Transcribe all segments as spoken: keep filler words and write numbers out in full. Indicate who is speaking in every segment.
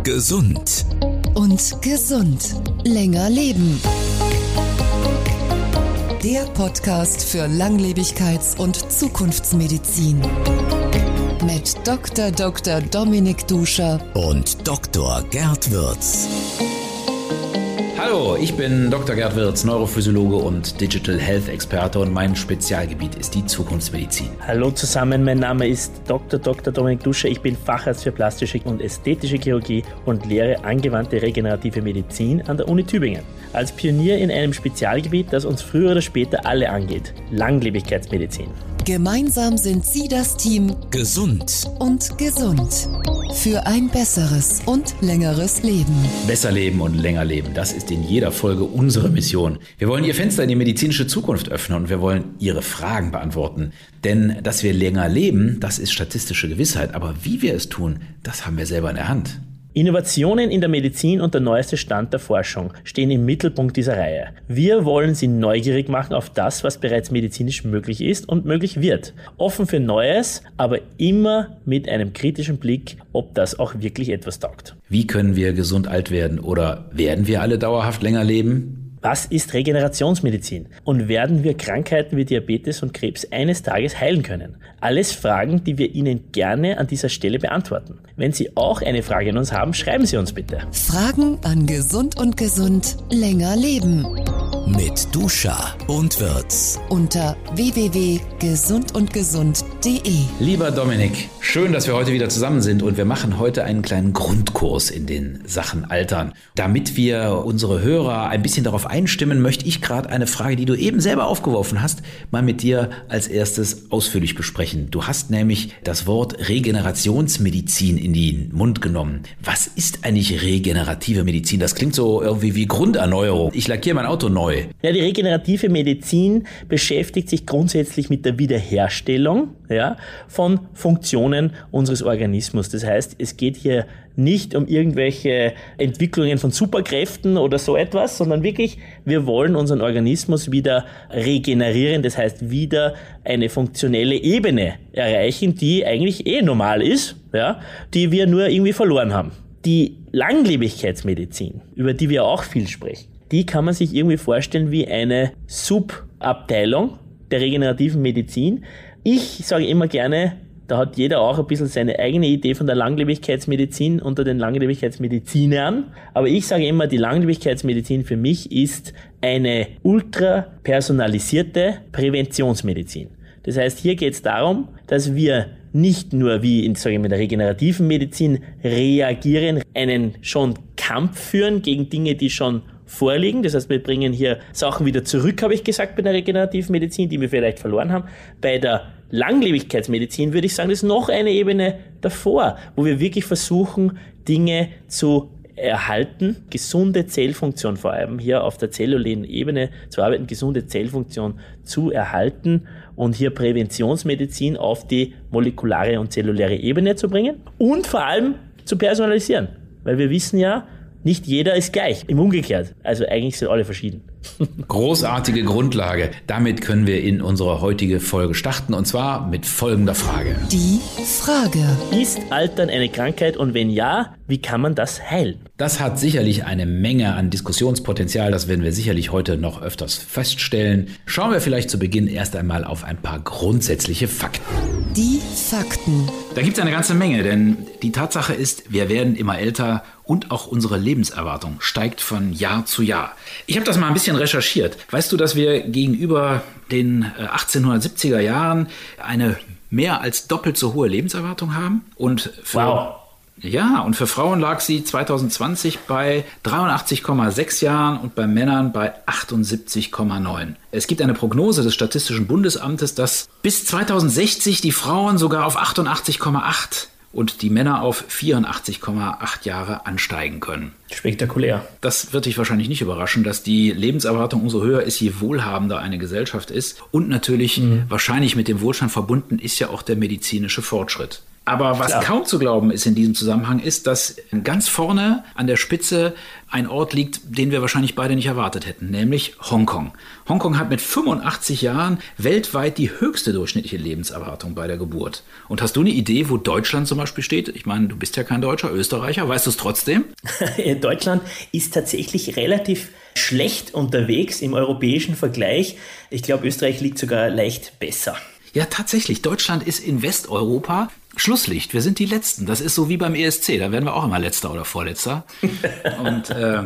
Speaker 1: Gesund
Speaker 2: und gesund. Länger leben. Der Podcast für Langlebigkeits- und Zukunftsmedizin. Mit Doktor Doktor Dominik Duscher
Speaker 1: und Doktor Gerd Wirz.
Speaker 3: Hallo, ich bin Doktor Gerd Wirz, Neurophysiologe und Digital Health Experte und mein Spezialgebiet ist die Zukunftsmedizin.
Speaker 4: Hallo zusammen, mein Name ist Doktor Doktor Dominik Duscher. Ich bin Facharzt für plastische und ästhetische Chirurgie und lehre angewandte regenerative Medizin an der Uni Tübingen. Als Pionier in einem Spezialgebiet, das uns früher oder später alle angeht, Langlebigkeitsmedizin.
Speaker 2: Gemeinsam sind sie das Team
Speaker 1: Gesund
Speaker 2: und gesund. Für ein besseres und längeres Leben.
Speaker 3: Besser leben und länger leben, das ist in jeder Folge unsere Mission. Wir wollen Ihr Fenster in die medizinische Zukunft öffnen und wir wollen Ihre Fragen beantworten. Denn dass wir länger leben, das ist statistische Gewissheit. Aber wie wir es tun, das haben wir selber in der Hand.
Speaker 4: Innovationen in der Medizin und der neueste Stand der Forschung stehen im Mittelpunkt dieser Reihe. Wir wollen Sie neugierig machen auf das, was bereits medizinisch möglich ist und möglich wird. Offen für Neues, aber immer mit einem kritischen Blick, ob das auch wirklich etwas taugt.
Speaker 3: Wie können wir gesund alt werden oder werden wir alle dauerhaft länger leben?
Speaker 4: Was ist Regenerationsmedizin? Und werden wir Krankheiten wie Diabetes und Krebs eines Tages heilen können? Alles Fragen, die wir Ihnen gerne an dieser Stelle beantworten. Wenn Sie auch eine Frage an uns haben, schreiben Sie uns bitte.
Speaker 2: Fragen an Gesund und Gesund länger leben.
Speaker 1: Mit Duscher und Wirz.
Speaker 2: Unter w w w punkt gesund und gesund punkt d e.
Speaker 3: Lieber Dominik, schön, dass wir heute wieder zusammen sind und wir machen heute einen kleinen Grundkurs in den Sachen Altern. Damit wir unsere Hörer ein bisschen darauf einstimmen, möchte ich gerade eine Frage, die du eben selber aufgeworfen hast, mal mit dir als erstes ausführlich besprechen. Du hast nämlich das Wort Regenerationsmedizin in den Mund genommen. Was ist eigentlich regenerative Medizin? Das klingt so irgendwie wie Grunderneuerung. Ich lackiere mein Auto neu.
Speaker 4: Ja, die regenerative Medizin beschäftigt sich grundsätzlich mit der Wiederherstellung, ja, von Funktionen unseres Organismus. Das heißt, es geht hier nicht um irgendwelche Entwicklungen von Superkräften oder so etwas, sondern wirklich, wir wollen unseren Organismus wieder regenerieren, das heißt wieder eine funktionelle Ebene erreichen, die eigentlich eh normal ist, ja, die wir nur irgendwie verloren haben. Die Langlebigkeitsmedizin, über die wir auch viel sprechen, die kann man sich irgendwie vorstellen wie eine Subabteilung der regenerativen Medizin. Ich sage immer gerne, da hat jeder auch ein bisschen seine eigene Idee von der Langlebigkeitsmedizin unter den Langlebigkeitsmedizinern. Aber ich sage immer, die Langlebigkeitsmedizin für mich ist eine ultra personalisierte Präventionsmedizin. Das heißt, hier geht es darum, dass wir nicht nur wie in, sage ich mal, der regenerativen Medizin reagieren, einen schon Kampf führen gegen Dinge, die schon vorliegen. Das heißt, wir bringen hier Sachen wieder zurück, habe ich gesagt, bei der regenerativen Medizin, die wir vielleicht verloren haben. Bei der Langlebigkeitsmedizin würde ich sagen, das ist noch eine Ebene davor, wo wir wirklich versuchen, Dinge zu erhalten, gesunde Zellfunktion vor allem hier auf der zellulären Ebene zu arbeiten, gesunde Zellfunktion zu erhalten und hier Präventionsmedizin auf die molekulare und zelluläre Ebene zu bringen und vor allem zu personalisieren, weil wir wissen ja, nicht jeder ist gleich, im Umgekehrt. Also eigentlich sind alle verschieden.
Speaker 3: Großartige Grundlage. Damit können wir in unsere heutige Folge starten und zwar mit folgender Frage.
Speaker 2: Die Frage.
Speaker 4: Ist Altern eine Krankheit und wenn ja, wie kann man das heilen?
Speaker 3: Das hat sicherlich eine Menge an Diskussionspotenzial. Das werden wir sicherlich heute noch öfters feststellen. Schauen wir vielleicht zu Beginn erst einmal auf ein paar grundsätzliche Fakten.
Speaker 2: Die Fakten.
Speaker 3: Da gibt es eine ganze Menge, denn die Tatsache ist, wir werden immer älter und auch unsere Lebenserwartung steigt von Jahr zu Jahr. Ich habe das mal ein bisschen recherchiert. Weißt du, dass wir gegenüber den achtzehnhundertsiebziger Jahren eine mehr als doppelt so hohe Lebenserwartung haben? Und für,
Speaker 4: wow.
Speaker 3: Ja, und für Frauen lag sie zwanzig zwanzig bei dreiundachtzig Komma sechs Jahren und bei Männern bei achtundsiebzig Komma neun. Es gibt eine Prognose des Statistischen Bundesamtes, dass bis zweitausendsechzig die Frauen sogar auf achtundachtzig Komma acht und die Männer auf vierundachtzig Komma acht Jahre ansteigen können.
Speaker 4: Spektakulär.
Speaker 3: Das wird dich wahrscheinlich nicht überraschen, dass die Lebenserwartung umso höher ist, je wohlhabender eine Gesellschaft ist. Und natürlich mhm. wahrscheinlich mit dem Wohlstand verbunden ist ja auch der medizinische Fortschritt. Aber was
Speaker 4: Klar.
Speaker 3: kaum zu glauben ist in diesem Zusammenhang, ist, dass ganz vorne an der Spitze ein Ort liegt, den wir wahrscheinlich beide nicht erwartet hätten, nämlich Hongkong. Hongkong hat mit fünfundachtzig Jahren weltweit die höchste durchschnittliche Lebenserwartung bei der Geburt. Und hast du eine Idee, wo Deutschland zum Beispiel steht? Ich meine, du bist ja kein Deutscher, Österreicher, weißt du es trotzdem?
Speaker 4: Deutschland ist tatsächlich relativ schlecht unterwegs im europäischen Vergleich. Ich glaube, Österreich liegt sogar leicht besser.
Speaker 3: Ja, tatsächlich. Deutschland ist in Westeuropa Schlusslicht. Wir sind die Letzten. Das ist so wie beim E S C. Da werden wir auch immer Letzter oder Vorletzter. Und äh,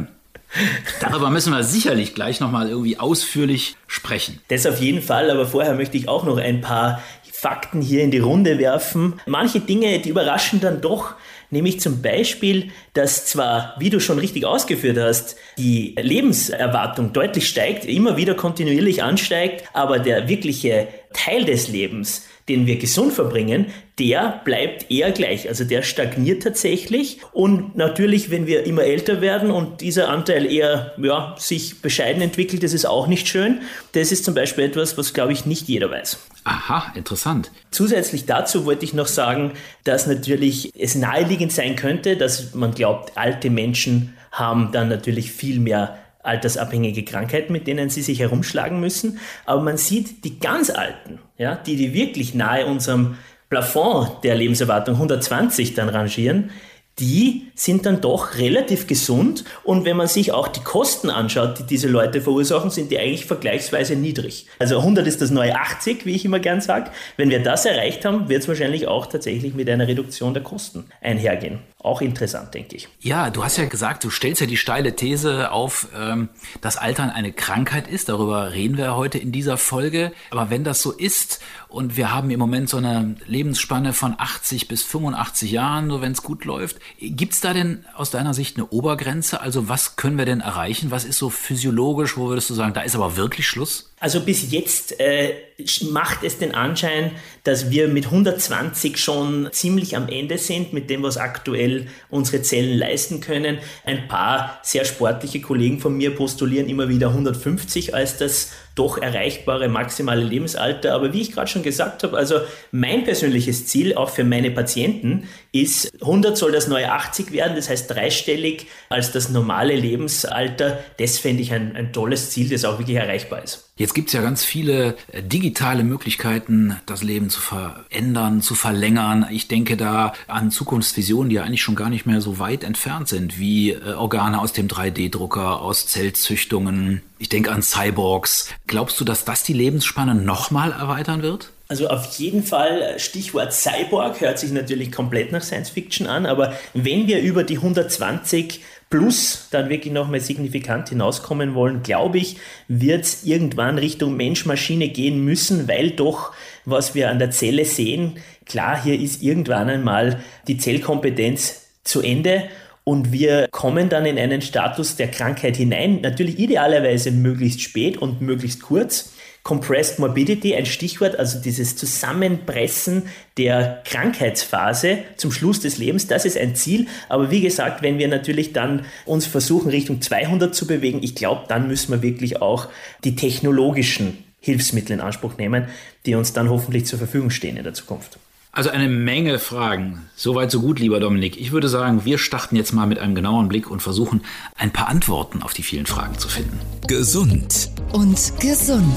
Speaker 3: darüber müssen wir sicherlich gleich nochmal irgendwie ausführlich sprechen.
Speaker 4: Das auf jeden Fall. Aber vorher möchte ich auch noch ein paar Fakten hier in die Runde werfen. Manche Dinge, die überraschen dann doch. Nämlich zum Beispiel, dass zwar, wie du schon richtig ausgeführt hast, die Lebenserwartung deutlich steigt, immer wieder kontinuierlich ansteigt, aber der wirkliche Teil des Lebens, den wir gesund verbringen, der bleibt eher gleich. Also der stagniert tatsächlich. Und natürlich, wenn wir immer älter werden und dieser Anteil eher ja, sich bescheiden entwickelt, das ist auch nicht schön. Das ist zum Beispiel etwas, was, glaube ich, nicht jeder weiß.
Speaker 3: Aha, interessant.
Speaker 4: Zusätzlich dazu wollte ich noch sagen, dass natürlich es naheliegend sein könnte, dass man glaubt, alte Menschen haben dann natürlich viel mehr altersabhängige Krankheiten, mit denen sie sich herumschlagen müssen. Aber man sieht die ganz Alten, ja, die, die wirklich nahe unserem Plafond der Lebenserwartung hundertzwanzig dann rangieren, die sind dann doch relativ gesund. Und wenn man sich auch die Kosten anschaut, die diese Leute verursachen, sind die eigentlich vergleichsweise niedrig. Also hundert ist das neue achtzig, wie ich immer gern sage. Wenn wir das erreicht haben, wird es wahrscheinlich auch tatsächlich mit einer Reduktion der Kosten einhergehen. Auch interessant, denke ich.
Speaker 3: Ja, du hast ja gesagt, du stellst ja die steile These auf, ähm, dass Altern eine Krankheit ist. Darüber reden wir heute in dieser Folge. Aber wenn das so ist und wir haben im Moment so eine Lebensspanne von achtzig bis fünfundachtzig Jahren, so wenn es gut läuft, gibt es da denn aus deiner Sicht eine Obergrenze? Also was können wir denn erreichen? Was ist so physiologisch, wo würdest du sagen, da ist aber wirklich Schluss?
Speaker 4: Also bis jetzt äh, macht es den Anschein, dass wir mit hundertzwanzig schon ziemlich am Ende sind mit dem, was aktuell unsere Zellen leisten können. Ein paar sehr sportliche Kollegen von mir postulieren immer wieder hundertfünfzig als das doch erreichbare maximale Lebensalter. Aber wie ich gerade schon gesagt habe, also mein persönliches Ziel, auch für meine Patienten, ist, hundert soll das neue achtzig werden, das heißt dreistellig als das normale Lebensalter. Das fände ich ein, ein tolles Ziel, das auch wirklich erreichbar ist.
Speaker 3: Jetzt gibt es ja ganz viele digitale Möglichkeiten, das Leben zu verändern, zu verlängern. Ich denke da an Zukunftsvisionen, die ja eigentlich schon gar nicht mehr so weit entfernt sind, wie äh, Organe aus dem drei D Drucker, aus Zellzüchtungen. Ich denke an Cyborgs. Glaubst du, dass das die Lebensspanne nochmal erweitern wird?
Speaker 4: Also auf jeden Fall, Stichwort Cyborg hört sich natürlich komplett nach Science Fiction an, aber wenn wir über die hundertzwanzig plus dann wirklich nochmal signifikant hinauskommen wollen, glaube ich, wird es irgendwann Richtung Mensch-Maschine gehen müssen, weil doch, was wir an der Zelle sehen, klar, hier ist irgendwann einmal die Zellkompetenz zu Ende und wir kommen dann in einen Status der Krankheit hinein, natürlich idealerweise möglichst spät und möglichst kurz. Compressed Morbidity, ein Stichwort, also dieses Zusammenpressen der Krankheitsphase zum Schluss des Lebens, das ist ein Ziel. Aber wie gesagt, wenn wir natürlich dann uns versuchen, Richtung zweihundert zu bewegen, ich glaube, dann müssen wir wirklich auch die technologischen Hilfsmittel in Anspruch nehmen, die uns dann hoffentlich zur Verfügung stehen in der Zukunft.
Speaker 3: Also eine Menge Fragen. Soweit so gut, lieber Dominik. Ich würde sagen, wir starten jetzt mal mit einem genaueren Blick und versuchen, ein paar Antworten auf die vielen Fragen zu finden.
Speaker 1: Gesund
Speaker 2: Und gesund.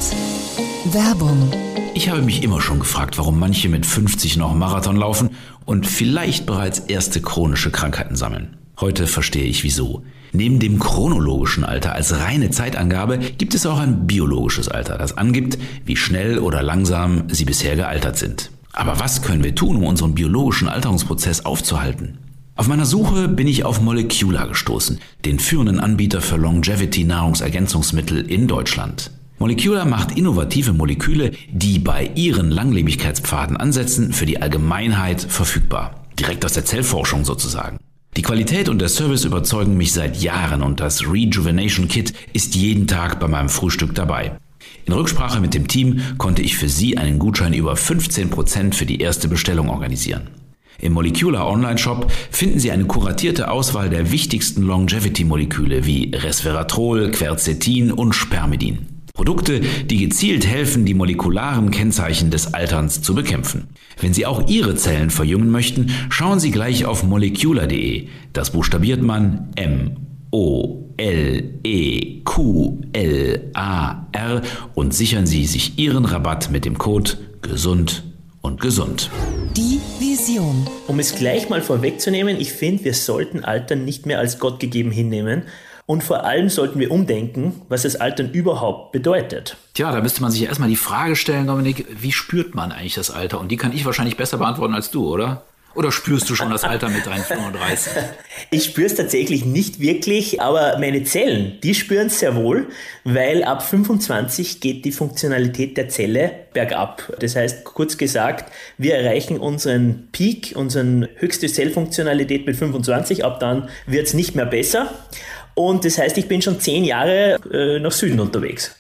Speaker 2: Werbung.
Speaker 3: Ich habe mich immer schon gefragt, warum manche mit fünfzig noch Marathon laufen und vielleicht bereits erste chronische Krankheiten sammeln. Heute verstehe ich wieso. Neben dem chronologischen Alter als reine Zeitangabe gibt es auch ein biologisches Alter, das angibt, wie schnell oder langsam sie bisher gealtert sind. Aber was können wir tun, um unseren biologischen Alterungsprozess aufzuhalten? Auf meiner Suche bin ich auf Molecular gestoßen, den führenden Anbieter für Longevity-Nahrungsergänzungsmittel in Deutschland. Molecular macht innovative Moleküle, die bei ihren Langlebigkeitspfaden ansetzen, für die Allgemeinheit verfügbar. Direkt aus der Zellforschung sozusagen. Die Qualität und der Service überzeugen mich seit Jahren und das Rejuvenation Kit ist jeden Tag bei meinem Frühstück dabei. In Rücksprache mit dem Team konnte ich für Sie einen Gutschein über fünfzehn Prozent für die erste Bestellung organisieren. Im Molecular Online-Shop finden Sie eine kuratierte Auswahl der wichtigsten Longevity-Moleküle wie Resveratrol, Quercetin und Spermidin. Produkte, die gezielt helfen, die molekularen Kennzeichen des Alterns zu bekämpfen. Wenn Sie auch Ihre Zellen verjüngen möchten, schauen Sie gleich auf molecular punkt de. Das buchstabiert man M O L E Q L A R und sichern Sie sich Ihren Rabatt mit dem Code GESUND und gesund.
Speaker 2: Die Vision.
Speaker 4: Um es gleich mal vorwegzunehmen, ich finde, wir sollten Altern nicht mehr als Gott gegeben hinnehmen. Und vor allem sollten wir umdenken, was das Altern überhaupt bedeutet.
Speaker 3: Tja, da müsste man sich ja erstmal die Frage stellen, Dominik, wie spürt man eigentlich das Alter? Und die kann ich wahrscheinlich besser beantworten als du, oder? Oder spürst du schon das Alter mit deinen fünfunddreißig?
Speaker 4: Ich spüre es tatsächlich nicht wirklich, aber meine Zellen, die spüren es sehr wohl, weil ab fünfundzwanzig geht die Funktionalität der Zelle bergab. Das heißt, kurz gesagt, wir erreichen unseren Peak, unsere höchste Zellfunktionalität mit fünfundzwanzig, ab dann wird es nicht mehr besser. Und das heißt, ich bin schon zehn Jahre äh, nach Süden unterwegs.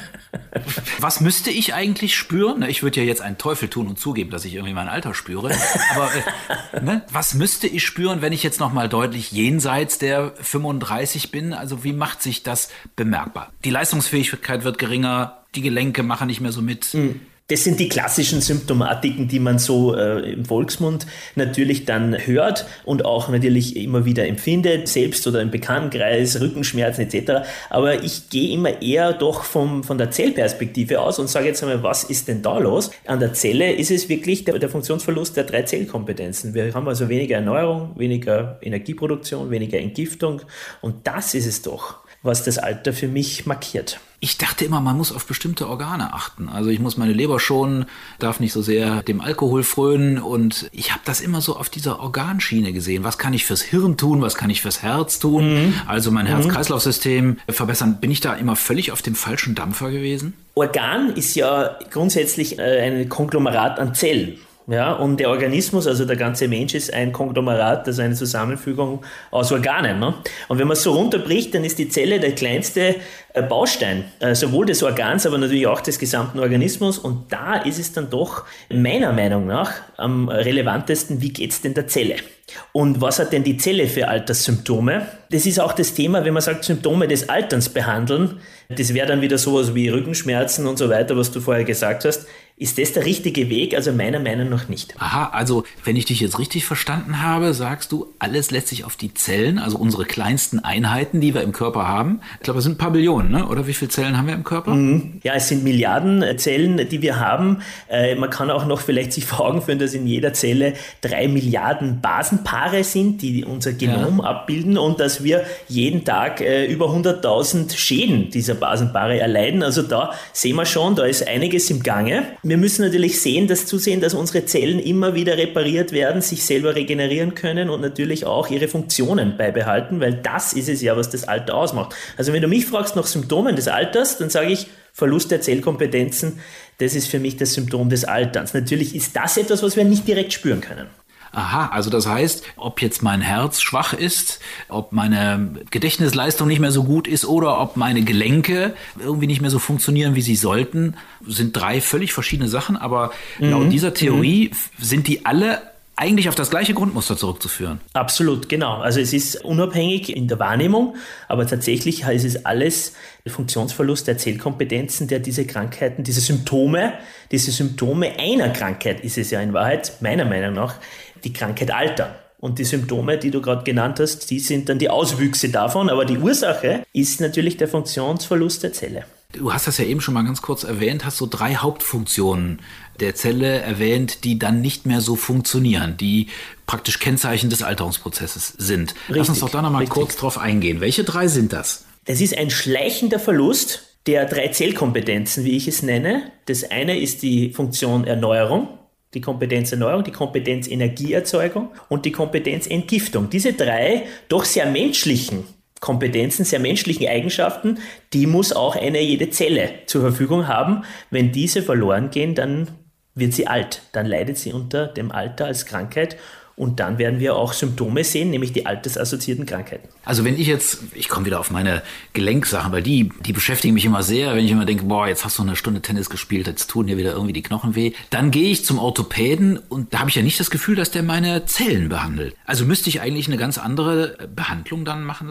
Speaker 3: Was müsste ich eigentlich spüren? Ich würde ja jetzt einen Teufel tun und zugeben, dass ich irgendwie mein Alter spüre. Aber äh, ne? Was müsste ich spüren, wenn ich jetzt nochmal deutlich jenseits der fünfunddreißig bin? Also wie macht sich das bemerkbar? Die Leistungsfähigkeit wird geringer, die Gelenke machen nicht mehr so mit. Mhm.
Speaker 4: Das sind die klassischen Symptomatiken, die man so äh, im Volksmund natürlich dann hört und auch natürlich immer wieder empfindet, selbst oder im Bekanntenkreis, Rückenschmerzen et cetera. Aber ich gehe immer eher doch vom, von der Zellperspektive aus und sage jetzt einmal, was ist denn da los? An der Zelle ist es wirklich der, der Funktionsverlust der drei Zellkompetenzen. Wir haben also weniger Erneuerung, weniger Energieproduktion, weniger Entgiftung und das ist es doch, was das Alter für mich markiert.
Speaker 3: Ich dachte immer, man muss auf bestimmte Organe achten. Also ich muss meine Leber schonen, darf nicht so sehr dem Alkohol frönen und ich habe das immer so auf dieser Organschiene gesehen. Was kann ich fürs Hirn tun, was kann ich fürs Herz tun? Mhm. Also mein Herz-Kreislauf-System verbessern. Bin ich da immer völlig auf dem falschen Dampfer gewesen?
Speaker 4: Organ ist ja grundsätzlich ein Konglomerat an Zellen. Ja, und der Organismus, also der ganze Mensch, ist ein Konglomerat, also eine Zusammenfügung aus Organen. Ne? Und wenn man es so runterbricht, dann ist die Zelle der kleinste Baustein, sowohl des Organs, aber natürlich auch des gesamten Organismus. Und da ist es dann doch meiner Meinung nach am relevantesten, wie geht es denn der Zelle? Und was hat denn die Zelle für Alterssymptome? Das ist auch das Thema, wenn man sagt, Symptome des Alterns behandeln. Das wäre dann wieder sowas wie Rückenschmerzen und so weiter, was du vorher gesagt hast. Ist das der richtige Weg? Also meiner Meinung nach nicht.
Speaker 3: Aha, also wenn ich dich jetzt richtig verstanden habe, sagst du, alles lässt sich auf die Zellen, also unsere kleinsten Einheiten, die wir im Körper haben. Ich glaube, es sind ein paar Billionen, ne? Oder wie viele Zellen haben wir im Körper?
Speaker 4: Mhm. Ja, es sind Milliarden Zellen, die wir haben. Äh, man kann auch noch vielleicht sich vor Augen führen, dass in jeder Zelle drei Milliarden Basenpaare sind, die unser Genom ja. abbilden und dass wir jeden Tag äh, über hunderttausend Schäden dieser Basenpaare erleiden. Also da sehen wir schon, da ist einiges im Gange. Wir müssen natürlich sehen, dass zusehen, dass unsere Zellen immer wieder repariert werden, sich selber regenerieren können und natürlich auch ihre Funktionen beibehalten, weil das ist es ja, was das Alter ausmacht. Also wenn du mich fragst nach Symptomen des Alters, dann sage ich Verlust der Zellkompetenzen, das ist für mich das Symptom des Alterns. Natürlich ist das etwas, was wir nicht direkt spüren können.
Speaker 3: Aha, also das heißt, ob jetzt mein Herz schwach ist, ob meine Gedächtnisleistung nicht mehr so gut ist oder ob meine Gelenke irgendwie nicht mehr so funktionieren, wie sie sollten, sind drei völlig verschiedene Sachen. Aber mhm. laut dieser Theorie mhm. sind die alle eigentlich auf das gleiche Grundmuster zurückzuführen.
Speaker 4: Absolut, genau. Also es ist unabhängig in der Wahrnehmung, aber tatsächlich ist es alles der Funktionsverlust der Zellkompetenzen, der diese Krankheiten, diese Symptome, diese Symptome einer Krankheit ist es ja in Wahrheit, meiner Meinung nach, die Krankheit Alter. Und die Symptome, die du gerade genannt hast, die sind dann die Auswüchse davon, aber die Ursache ist natürlich der Funktionsverlust der Zelle.
Speaker 3: Du hast das ja eben schon mal ganz kurz erwähnt, hast so drei Hauptfunktionen der Zelle erwähnt, die dann nicht mehr so funktionieren, die praktisch Kennzeichen des Alterungsprozesses sind. Richtig, Lass uns doch da nochmal kurz drauf eingehen. Welche drei sind das?
Speaker 4: Das ist ein schleichender Verlust der drei Zellkompetenzen, wie ich es nenne. Das eine ist die Funktion Erneuerung, die Kompetenz Erneuerung, die Kompetenz Energieerzeugung und die Kompetenz Entgiftung. Diese drei doch sehr menschlichen Kompetenzen, sehr menschlichen Eigenschaften, die muss auch eine jede Zelle zur Verfügung haben. Wenn diese verloren gehen, dann wird sie alt. Dann leidet sie unter dem Alter als Krankheit. Und dann werden wir auch Symptome sehen, nämlich die altersassoziierten Krankheiten.
Speaker 3: Also wenn ich jetzt, ich komme wieder auf meine Gelenksachen, weil die, die beschäftigen mich immer sehr, wenn ich immer denke, boah, jetzt hast du eine Stunde Tennis gespielt, jetzt tun dir wieder irgendwie die Knochen weh. Dann gehe ich zum Orthopäden und da habe ich ja nicht das Gefühl, dass der meine Zellen behandelt. Also müsste ich eigentlich eine ganz andere Behandlung dann machen lassen?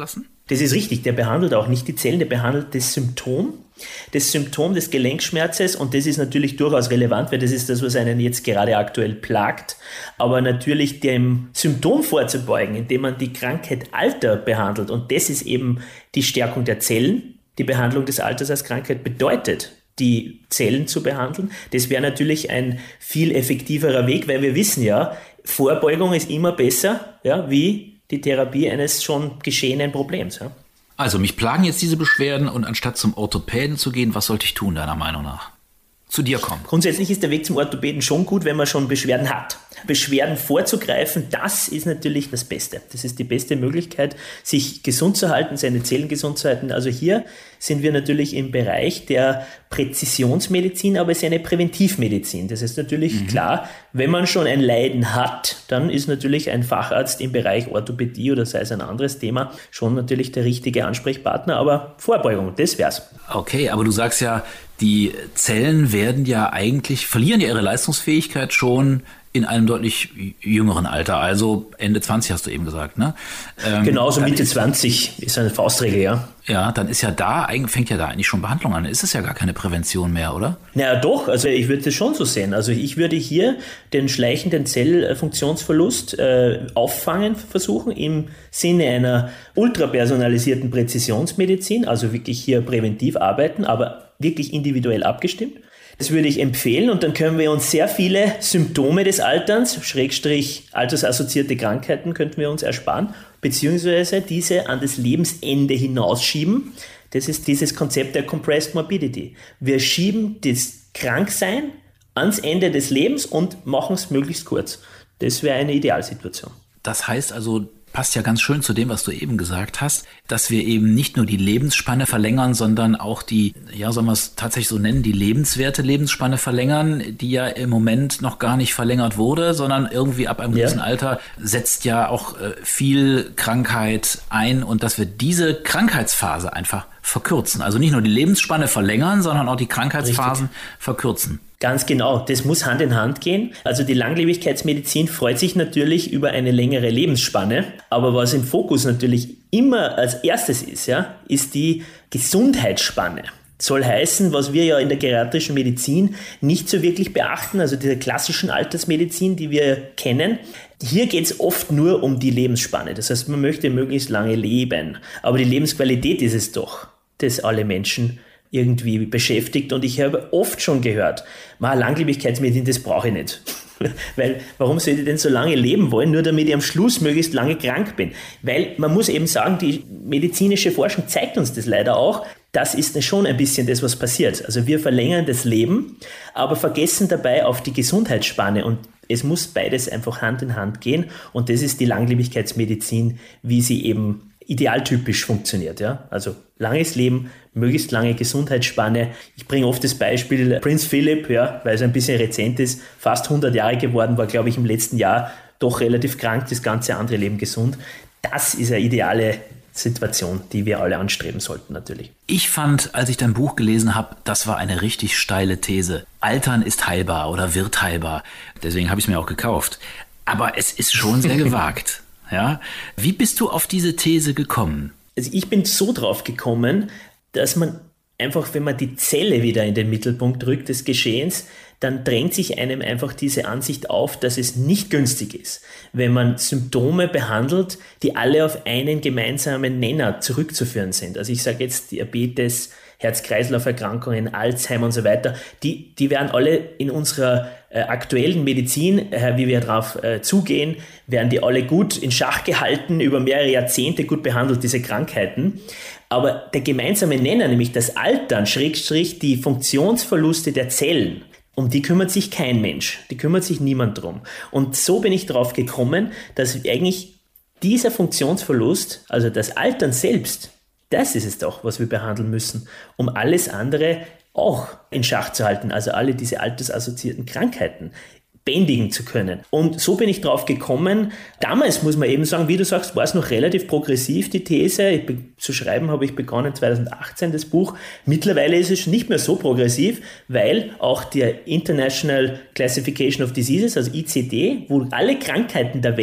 Speaker 4: Das ist richtig, der behandelt auch nicht die Zellen, der behandelt das Symptom, das Symptom des Gelenkschmerzes, und das ist natürlich durchaus relevant, weil das ist das, was einen jetzt gerade aktuell plagt, aber natürlich dem Symptom vorzubeugen, indem man die Krankheit Alter behandelt, und das ist eben die Stärkung der Zellen. Die Behandlung des Alters als Krankheit bedeutet, die Zellen zu behandeln. Das wäre natürlich ein viel effektiverer Weg, weil wir wissen ja, Vorbeugung ist immer besser, ja, wie die Therapie eines schon geschehenen Problems. Ja.
Speaker 3: Also mich plagen jetzt diese Beschwerden, und anstatt zum Orthopäden zu gehen, was sollte ich tun, deiner Meinung nach? Zu dir kommen.
Speaker 4: Grundsätzlich ist der Weg zum Orthopäden schon gut, wenn man schon Beschwerden hat. Beschwerden vorzugreifen, das ist natürlich das Beste. Das ist die beste Möglichkeit, sich gesund zu halten, seine Zellen gesund zu halten. Also hier sind wir natürlich im Bereich der Präzisionsmedizin, aber es ist eine Präventivmedizin. Das ist natürlich mhm. klar, wenn man schon ein Leiden hat, dann ist natürlich ein Facharzt im Bereich Orthopädie oder sei es ein anderes Thema schon natürlich der richtige Ansprechpartner, aber Vorbeugung, das wär's.
Speaker 3: Okay, aber du sagst ja, die Zellen werden ja eigentlich, verlieren ja ihre Leistungsfähigkeit schon in einem deutlich jüngeren Alter, also Ende zwanzig hast du eben gesagt, ne? Ähm,
Speaker 4: genau, so Mitte zwanzig ist eine Faustregel, ja.
Speaker 3: Ja, dann ist ja da, fängt ja da eigentlich schon Behandlung an. Ist es ja gar keine Prävention mehr, oder?
Speaker 4: Naja, doch, also ich würde das schon so sehen. Also ich würde hier den schleichenden Zellfunktionsverlust äh, auffangen versuchen im Sinne einer ultrapersonalisierten Präzisionsmedizin, also wirklich hier präventiv arbeiten, aber wirklich individuell abgestimmt. Das würde ich empfehlen, und dann können wir uns sehr viele Symptome des Alterns, Schrägstrich altersassoziierte Krankheiten, könnten wir uns ersparen, beziehungsweise diese an das Lebensende hinausschieben. Das ist dieses Konzept der Compressed Morbidity. Wir schieben das Kranksein ans Ende des Lebens und machen es möglichst kurz. Das wäre eine Idealsituation.
Speaker 3: Das heißt also, passt ja ganz schön zu dem, was du eben gesagt hast, dass wir eben nicht nur die Lebensspanne verlängern, sondern auch die, ja, sollen wir es tatsächlich so nennen, die lebenswerte Lebensspanne verlängern, die ja im Moment noch gar nicht verlängert wurde, sondern irgendwie ab einem gewissen ja. Alter setzt ja auch äh, viel Krankheit ein, und dass wir diese Krankheitsphase einfach verkürzen. Also nicht nur die Lebensspanne verlängern, sondern auch die Krankheitsphasen Richtig. verkürzen.
Speaker 4: Ganz genau, das muss Hand in Hand gehen. Also die Langlebigkeitsmedizin freut sich natürlich über eine längere Lebensspanne, aber was im Fokus natürlich immer als erstes ist, ja, ist die Gesundheitsspanne. Soll heißen, was wir ja in der geriatrischen Medizin nicht so wirklich beachten, also dieser klassischen Altersmedizin, die wir kennen. Hier geht es oft nur um die Lebensspanne. Das heißt, man möchte möglichst lange leben. Aber die Lebensqualität ist es doch, das alle Menschen irgendwie beschäftigt. Und ich habe oft schon gehört, ma, Langlebigkeitsmedizin, das brauche ich nicht. Weil, warum soll ich denn so lange leben wollen, nur damit ich am Schluss möglichst lange krank bin? Weil man muss eben sagen, die medizinische Forschung zeigt uns das leider auch, das ist schon ein bisschen das, was passiert. Also wir verlängern das Leben, aber vergessen dabei auf die Gesundheitsspanne, und es muss beides einfach Hand in Hand gehen, und das ist die Langlebigkeitsmedizin, wie sie eben idealtypisch funktioniert. Ja? Also langes Leben, möglichst lange Gesundheitsspanne. Ich bringe oft das Beispiel Prinz Philipp, ja, weil es ein bisschen rezent ist, fast hundert Jahre geworden, war, glaube ich, im letzten Jahr doch relativ krank, das ganze andere Leben gesund. Das ist eine ideale Situation, die wir alle anstreben sollten natürlich.
Speaker 3: Ich fand, als ich dein Buch gelesen habe, das war eine richtig steile These. Altern ist heilbar oder wird heilbar. Deswegen habe ich es mir auch gekauft. Aber es ist schon sehr gewagt. Ja? Wie bist du auf diese These gekommen?
Speaker 4: Also ich bin so drauf gekommen, dass man einfach, wenn man die Zelle wieder in den Mittelpunkt rückt des Geschehens, dann drängt sich einem einfach diese Ansicht auf, dass es nicht günstig ist, wenn man Symptome behandelt, die alle auf einen gemeinsamen Nenner zurückzuführen sind. Also ich sage jetzt Diabetes, Herz-Kreislauf-Erkrankungen, Alzheimer und so weiter, die, die werden alle in unserer äh, aktuellen Medizin, äh, wie wir darauf äh, zugehen, werden die alle gut in Schach gehalten, über mehrere Jahrzehnte gut behandelt, diese Krankheiten. Aber der gemeinsame Nenner, nämlich das Altern, Schrägstrich die Funktionsverluste der Zellen, um die kümmert sich kein Mensch, die kümmert sich niemand drum. Und so bin ich darauf gekommen, dass eigentlich dieser Funktionsverlust, also das Altern selbst, das ist es doch, was wir behandeln müssen, um alles andere auch in Schach zu halten, also alle diese altersassoziierten Krankheiten bändigen zu können. Und so bin ich drauf gekommen. Damals muss man eben sagen, wie du sagst, war es noch relativ progressiv, die These. Ich be- zu schreiben habe ich begonnen zwanzig achtzehn, das Buch. Mittlerweile ist es nicht mehr so progressiv, weil auch der International Classification of Diseases, also I C D, wo alle Krankheiten der Welt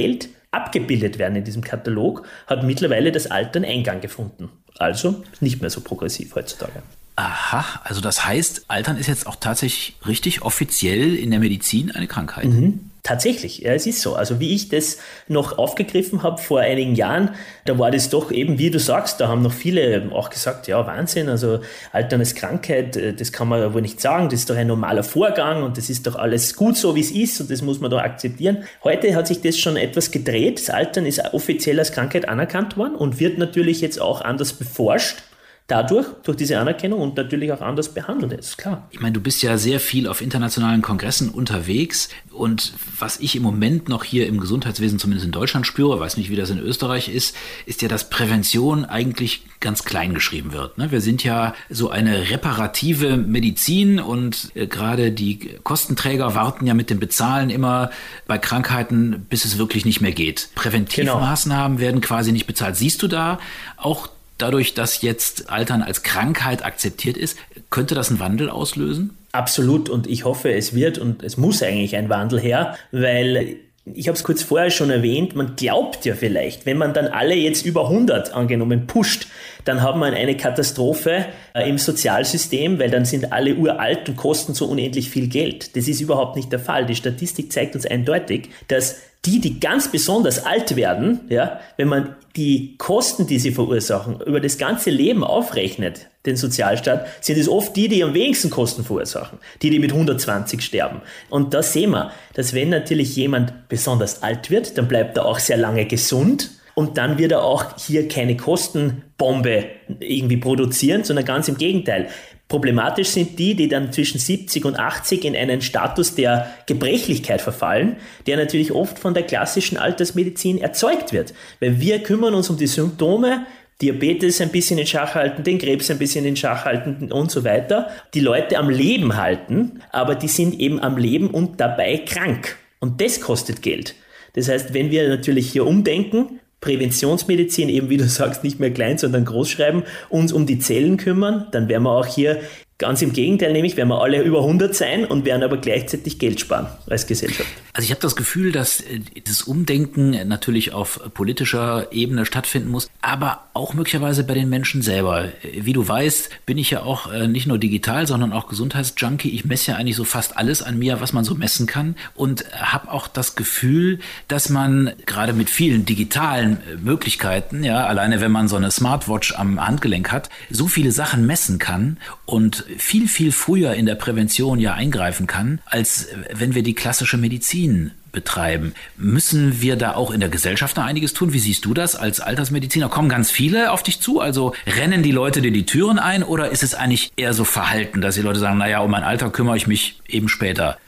Speaker 4: abgebildet werden in diesem Katalog, hat mittlerweile das Altern Eingang gefunden. Also nicht mehr so progressiv heutzutage.
Speaker 3: Aha, also das heißt, Altern ist jetzt auch tatsächlich richtig offiziell in der Medizin eine Krankheit.
Speaker 4: Mhm. Tatsächlich, ja, es ist so. Also wie ich das noch aufgegriffen habe vor einigen Jahren, da war das doch eben, wie du sagst, da haben noch viele auch gesagt, ja, Wahnsinn, also Altern ist Krankheit, das kann man wohl nicht sagen, das ist doch ein normaler Vorgang und das ist doch alles gut so, wie es ist und das muss man doch akzeptieren. Heute hat sich das schon etwas gedreht, das Altern ist offiziell als Krankheit anerkannt worden und wird natürlich jetzt auch anders beforscht. Dadurch, durch diese Anerkennung und natürlich auch anders behandelt, ist klar.
Speaker 3: Ich meine, du bist ja sehr viel auf internationalen Kongressen unterwegs und was ich im Moment noch hier im Gesundheitswesen, zumindest in Deutschland spüre, weiß nicht, wie das in Österreich ist, ist ja, dass Prävention eigentlich ganz klein geschrieben wird. Wir sind ja so eine reparative Medizin und gerade die Kostenträger warten ja mit dem Bezahlen immer bei Krankheiten, bis es wirklich nicht mehr geht. Präventivmaßnahmen genau. werden quasi nicht bezahlt. Siehst du da auch dadurch, dass jetzt Altern als Krankheit akzeptiert ist, könnte das einen Wandel auslösen?
Speaker 4: Absolut und ich hoffe, es wird und es muss eigentlich ein Wandel her, weil ich habe es kurz vorher schon erwähnt, man glaubt ja vielleicht, wenn man dann alle jetzt über hundert angenommen pusht, dann haben wir eine Katastrophe äh, im Sozialsystem, weil dann sind alle uralt und kosten so unendlich viel Geld. Das ist überhaupt nicht der Fall. Die Statistik zeigt uns eindeutig, dass die, die ganz besonders alt werden, ja, wenn man die Kosten, die sie verursachen, über das ganze Leben aufrechnet, den Sozialstaat, sind es oft die, die am wenigsten Kosten verursachen. Die, die mit hundertzwanzig sterben. Und da sehen wir, dass wenn natürlich jemand besonders alt wird, dann bleibt er auch sehr lange gesund. Und dann wird er auch hier keine Kostenbombe irgendwie produzieren, sondern ganz im Gegenteil. Problematisch sind die, die dann zwischen siebzig und achtzig in einen Status der Gebrechlichkeit verfallen, der natürlich oft von der klassischen Altersmedizin erzeugt wird. Weil wir kümmern uns um die Symptome, Diabetes ein bisschen in Schach halten, den Krebs ein bisschen in Schach halten und so weiter. Die Leute am Leben halten, aber die sind eben am Leben und dabei krank. Und das kostet Geld. Das heißt, wenn wir natürlich hier umdenken, Präventionsmedizin, eben wie du sagst, nicht mehr klein, sondern groß schreiben, uns um die Zellen kümmern, dann werden wir auch hier ganz im Gegenteil, nämlich werden wir alle über hundert sein und werden aber gleichzeitig Geld sparen als Gesellschaft.
Speaker 3: Also ich habe das Gefühl, dass das Umdenken natürlich auf politischer Ebene stattfinden muss, aber auch möglicherweise bei den Menschen selber. Wie du weißt, bin ich ja auch nicht nur digital, sondern auch Gesundheitsjunkie. Ich messe ja eigentlich so fast alles an mir, was man so messen kann und habe auch das Gefühl, dass man gerade mit vielen digitalen Möglichkeiten, ja, alleine wenn man so eine Smartwatch am Handgelenk hat, so viele Sachen messen kann und viel, viel früher in der Prävention ja eingreifen kann, als wenn wir die klassische Medizin betreiben. Müssen wir da auch in der Gesellschaft noch einiges tun? Wie siehst du das als Altersmediziner? Kommen ganz viele auf dich zu? Also rennen die Leute dir die Türen ein oder ist es eigentlich eher so verhalten, dass die Leute sagen, naja, um mein Alter kümmere ich mich eben später?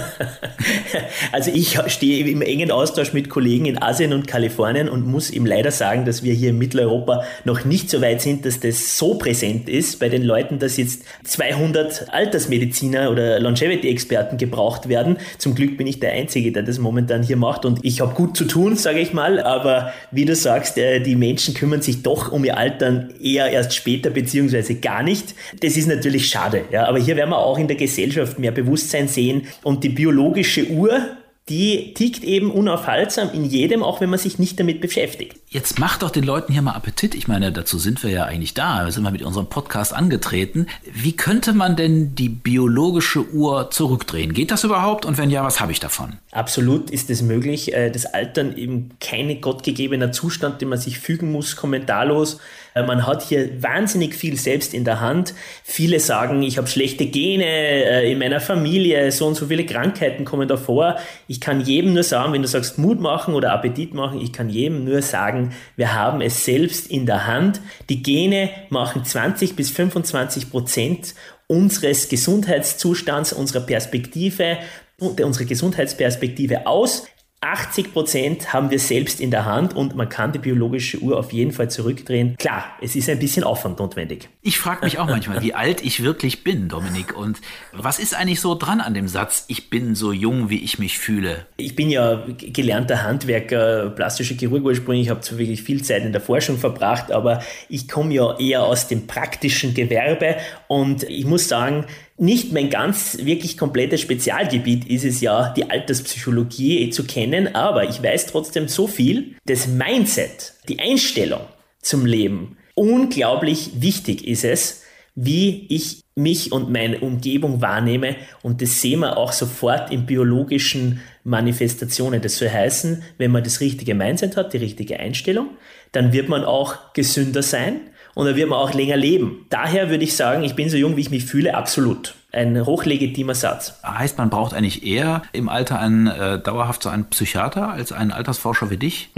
Speaker 4: Also ich stehe im engen Austausch mit Kollegen in Asien und Kalifornien und muss ihm leider sagen, dass wir hier in Mitteleuropa noch nicht so weit sind, dass das so präsent ist bei den Leuten, dass jetzt zweihundert Altersmediziner oder Longevity-Experten gebraucht werden. Zum Glück bin ich der Einzige, der das momentan hier macht und ich habe gut zu tun, sage ich mal, aber wie du sagst, die Menschen kümmern sich doch um ihr Altern eher erst später beziehungsweise gar nicht. Das ist natürlich schade, ja, aber hier werden wir auch in der Gesellschaft mehr Bewusstsein sehen und die biologische Uhr, die tickt eben unaufhaltsam in jedem, auch wenn man sich nicht damit beschäftigt.
Speaker 3: Jetzt macht doch den Leuten hier mal Appetit. Ich meine, dazu sind wir ja eigentlich da. Wir sind mal mit unserem Podcast angetreten. Wie könnte man denn die biologische Uhr zurückdrehen? Geht das überhaupt? Und wenn ja, was habe ich davon?
Speaker 4: Absolut ist es möglich. Das Altern eben kein gottgegebener Zustand, den man sich fügen muss, kommentarlos. Man hat hier wahnsinnig viel selbst in der Hand. Viele sagen, ich habe schlechte Gene in meiner Familie, so und so viele Krankheiten kommen da vor. Ich kann jedem nur sagen, wenn du sagst Mut machen oder Appetit machen, ich kann jedem nur sagen, wir haben es selbst in der Hand. Die Gene machen zwanzig bis fünfundzwanzig Prozent unseres Gesundheitszustands, unserer Perspektive, unsere Gesundheitsperspektive aus. achtzig Prozent haben wir selbst in der Hand und man kann die biologische Uhr auf jeden Fall zurückdrehen. Klar, es ist ein bisschen Aufwand notwendig.
Speaker 3: Ich frage mich auch manchmal, wie alt ich wirklich bin, Dominik. Und was ist eigentlich so dran an dem Satz, ich bin so jung, wie ich mich fühle?
Speaker 4: Ich bin ja gelernter Handwerker, plastischer Chirurg ursprünglich. Ich habe zwar wirklich viel Zeit in der Forschung verbracht, aber ich komme ja eher aus dem praktischen Gewerbe und ich muss sagen, Nicht mein ganz wirklich komplettes Spezialgebiet ist es ja, die Alterspsychologie zu kennen, aber ich weiß trotzdem so viel, das Mindset, die Einstellung zum Leben, unglaublich wichtig ist es, wie ich mich und meine Umgebung wahrnehme, und das sehen wir auch sofort in biologischen Manifestationen. Das soll heißen, wenn man das richtige Mindset hat, die richtige Einstellung, dann wird man auch gesünder sein und dann wird man auch länger leben. Daher würde ich sagen, ich bin so jung, wie ich mich fühle, absolut. Ein hochlegitimer Satz.
Speaker 3: Heißt, man braucht eigentlich eher im Alter einen, äh, dauerhaft so einen Psychiater als einen Altersforscher wie dich?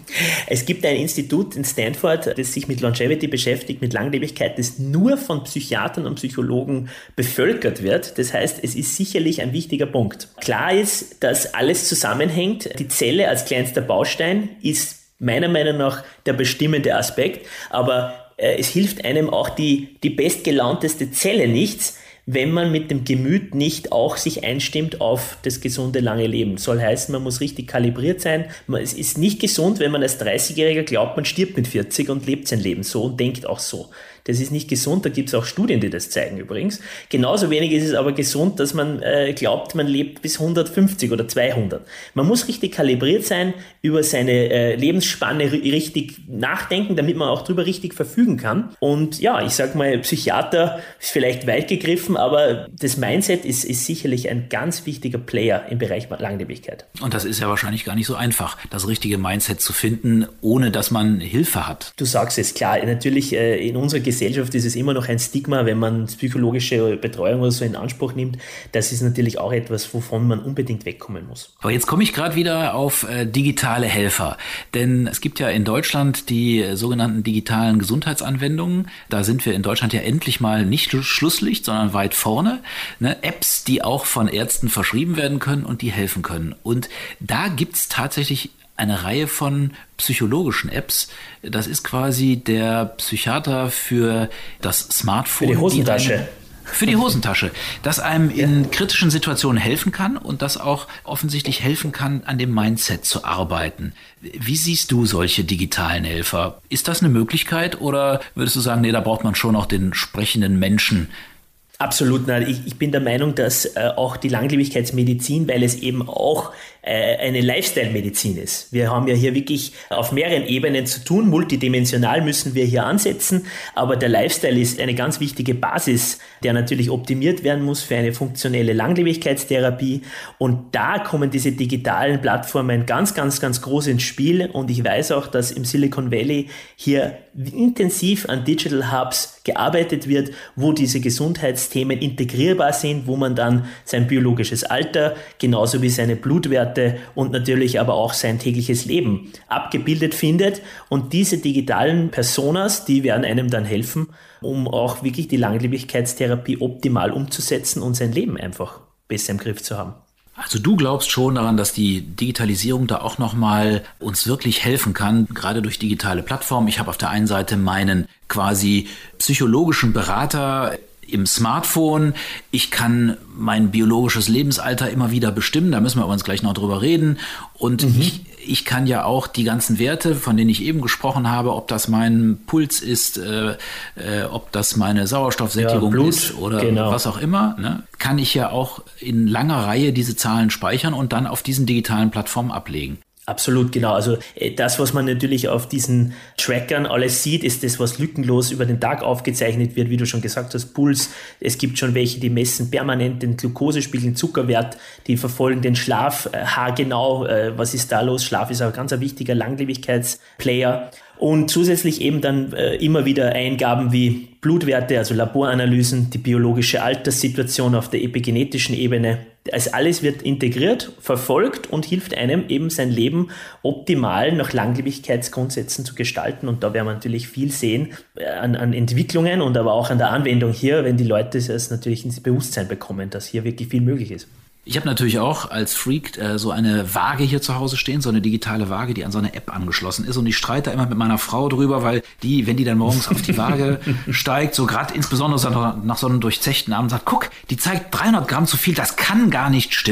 Speaker 4: Es gibt ein Institut in Stanford, das sich mit Longevity beschäftigt, mit Langlebigkeit, das nur von Psychiatern und Psychologen bevölkert wird. Das heißt, es ist sicherlich ein wichtiger Punkt. Klar ist, dass alles zusammenhängt. Die Zelle als kleinster Baustein ist meiner Meinung nach der bestimmende Aspekt, aber äh, es hilft einem auch die, die bestgelaunteste Zelle nichts, wenn man mit dem Gemüt nicht auch sich einstimmt auf das gesunde, lange Leben. Soll heißen, man muss richtig kalibriert sein. Es ist nicht gesund, wenn man als dreißigjähriger glaubt, man stirbt mit vierzig und lebt sein Leben so und denkt auch so. Das ist nicht gesund, da gibt es auch Studien, die das zeigen übrigens. Genauso wenig ist es aber gesund, dass man äh, glaubt, man lebt bis hundertfünfzig oder zweihundert. Man muss richtig kalibriert sein, über seine äh, Lebensspanne richtig nachdenken, damit man auch drüber richtig verfügen kann. Und ja, ich sag mal, Psychiater ist vielleicht weit gegriffen, aber das Mindset ist, ist sicherlich ein ganz wichtiger Player im Bereich Langlebigkeit.
Speaker 3: Und das ist ja wahrscheinlich gar nicht so einfach, das richtige Mindset zu finden, ohne dass man Hilfe hat.
Speaker 4: Du sagst es, klar, natürlich äh, in unserer Gesellschaft ist es immer noch ein Stigma, wenn man psychologische Betreuung oder so in Anspruch nimmt. Das ist natürlich auch etwas, wovon man unbedingt wegkommen muss.
Speaker 3: Aber jetzt komme ich gerade wieder auf äh, digitale Helfer. Denn es gibt ja in Deutschland die äh, sogenannten digitalen Gesundheitsanwendungen. Da sind wir in Deutschland ja endlich mal nicht Schlusslicht, sondern weit vorne. Ne? Apps, die auch von Ärzten verschrieben werden können und die helfen können. Und da gibt es tatsächlich eine Reihe von psychologischen Apps. Das ist quasi der Psychiater für das Smartphone.
Speaker 4: Für die Hosentasche.
Speaker 3: Die einem, für die Hosentasche. Das einem in kritischen Situationen helfen kann und das auch offensichtlich helfen kann, an dem Mindset zu arbeiten. Wie siehst du solche digitalen Helfer? Ist das eine Möglichkeit oder würdest du sagen, nee, da braucht man schon noch den sprechenden Menschen?
Speaker 4: Absolut, nein. Ich, ich bin der Meinung, dass äh, auch die Langlebigkeitsmedizin, weil es eben auch äh, eine Lifestyle-Medizin ist. Wir haben ja hier wirklich auf mehreren Ebenen zu tun. Multidimensional müssen wir hier ansetzen, aber der Lifestyle ist eine ganz wichtige Basis, der natürlich optimiert werden muss für eine funktionelle Langlebigkeitstherapie. Und da kommen diese digitalen Plattformen ganz, ganz, ganz groß ins Spiel. Und ich weiß auch, dass im Silicon Valley hier intensiv an Digital Hubs gearbeitet wird, wo diese Gesundheitsthemen integrierbar sind, wo man dann sein biologisches Alter, genauso wie seine Blutwerte und natürlich aber auch sein tägliches Leben abgebildet findet. Und diese digitalen Personas, die werden einem dann helfen, um auch wirklich die Langlebigkeitstherapie optimal umzusetzen und sein Leben einfach besser im Griff zu haben.
Speaker 3: Also du glaubst schon daran, dass die Digitalisierung da auch nochmal uns wirklich helfen kann, gerade durch digitale Plattformen. Ich habe auf der einen Seite meinen quasi psychologischen Berater im Smartphone. Ich kann mein biologisches Lebensalter immer wieder bestimmen. Da müssen wir übrigens gleich noch drüber reden. Und mhm. ich, ich kann ja auch die ganzen Werte, von denen ich eben gesprochen habe, ob das mein Puls ist, äh, äh, ob das meine Sauerstoffsättigung ja, Blut, ist oder genau. was auch immer, ne, kann ich ja auch in langer Reihe diese Zahlen speichern und dann auf diesen digitalen Plattformen ablegen.
Speaker 4: Absolut, genau. Also das, was man natürlich auf diesen Trackern alles sieht, ist das, was lückenlos über den Tag aufgezeichnet wird, wie du schon gesagt hast, Puls. Es gibt schon welche, die messen permanent den Glukosespiegel, den Zuckerwert, die verfolgen den Schlaf haargenau. Was ist da los? Schlaf ist auch ganz ein wichtiger Langlebigkeitsplayer. Und zusätzlich eben dann äh, immer wieder Eingaben wie Blutwerte, also Laboranalysen, die biologische Alterssituation auf der epigenetischen Ebene. Also alles wird integriert, verfolgt und hilft einem eben sein Leben optimal nach Langlebigkeitsgrundsätzen zu gestalten. Und da werden wir natürlich viel sehen äh, an, an Entwicklungen und aber auch an der Anwendung hier, wenn die Leute es natürlich ins Bewusstsein bekommen, dass hier wirklich viel möglich ist.
Speaker 3: Ich habe natürlich auch als Freak äh, so eine Waage hier zu Hause stehen, so eine digitale Waage, die an so eine App angeschlossen ist. Und ich streite da immer mit meiner Frau drüber, weil die, wenn die dann morgens auf die Waage steigt, so gerade insbesondere nach so einem durchzechten Abend sagt, guck, die zeigt dreihundert Gramm zu viel, das kann gar nicht stimmen.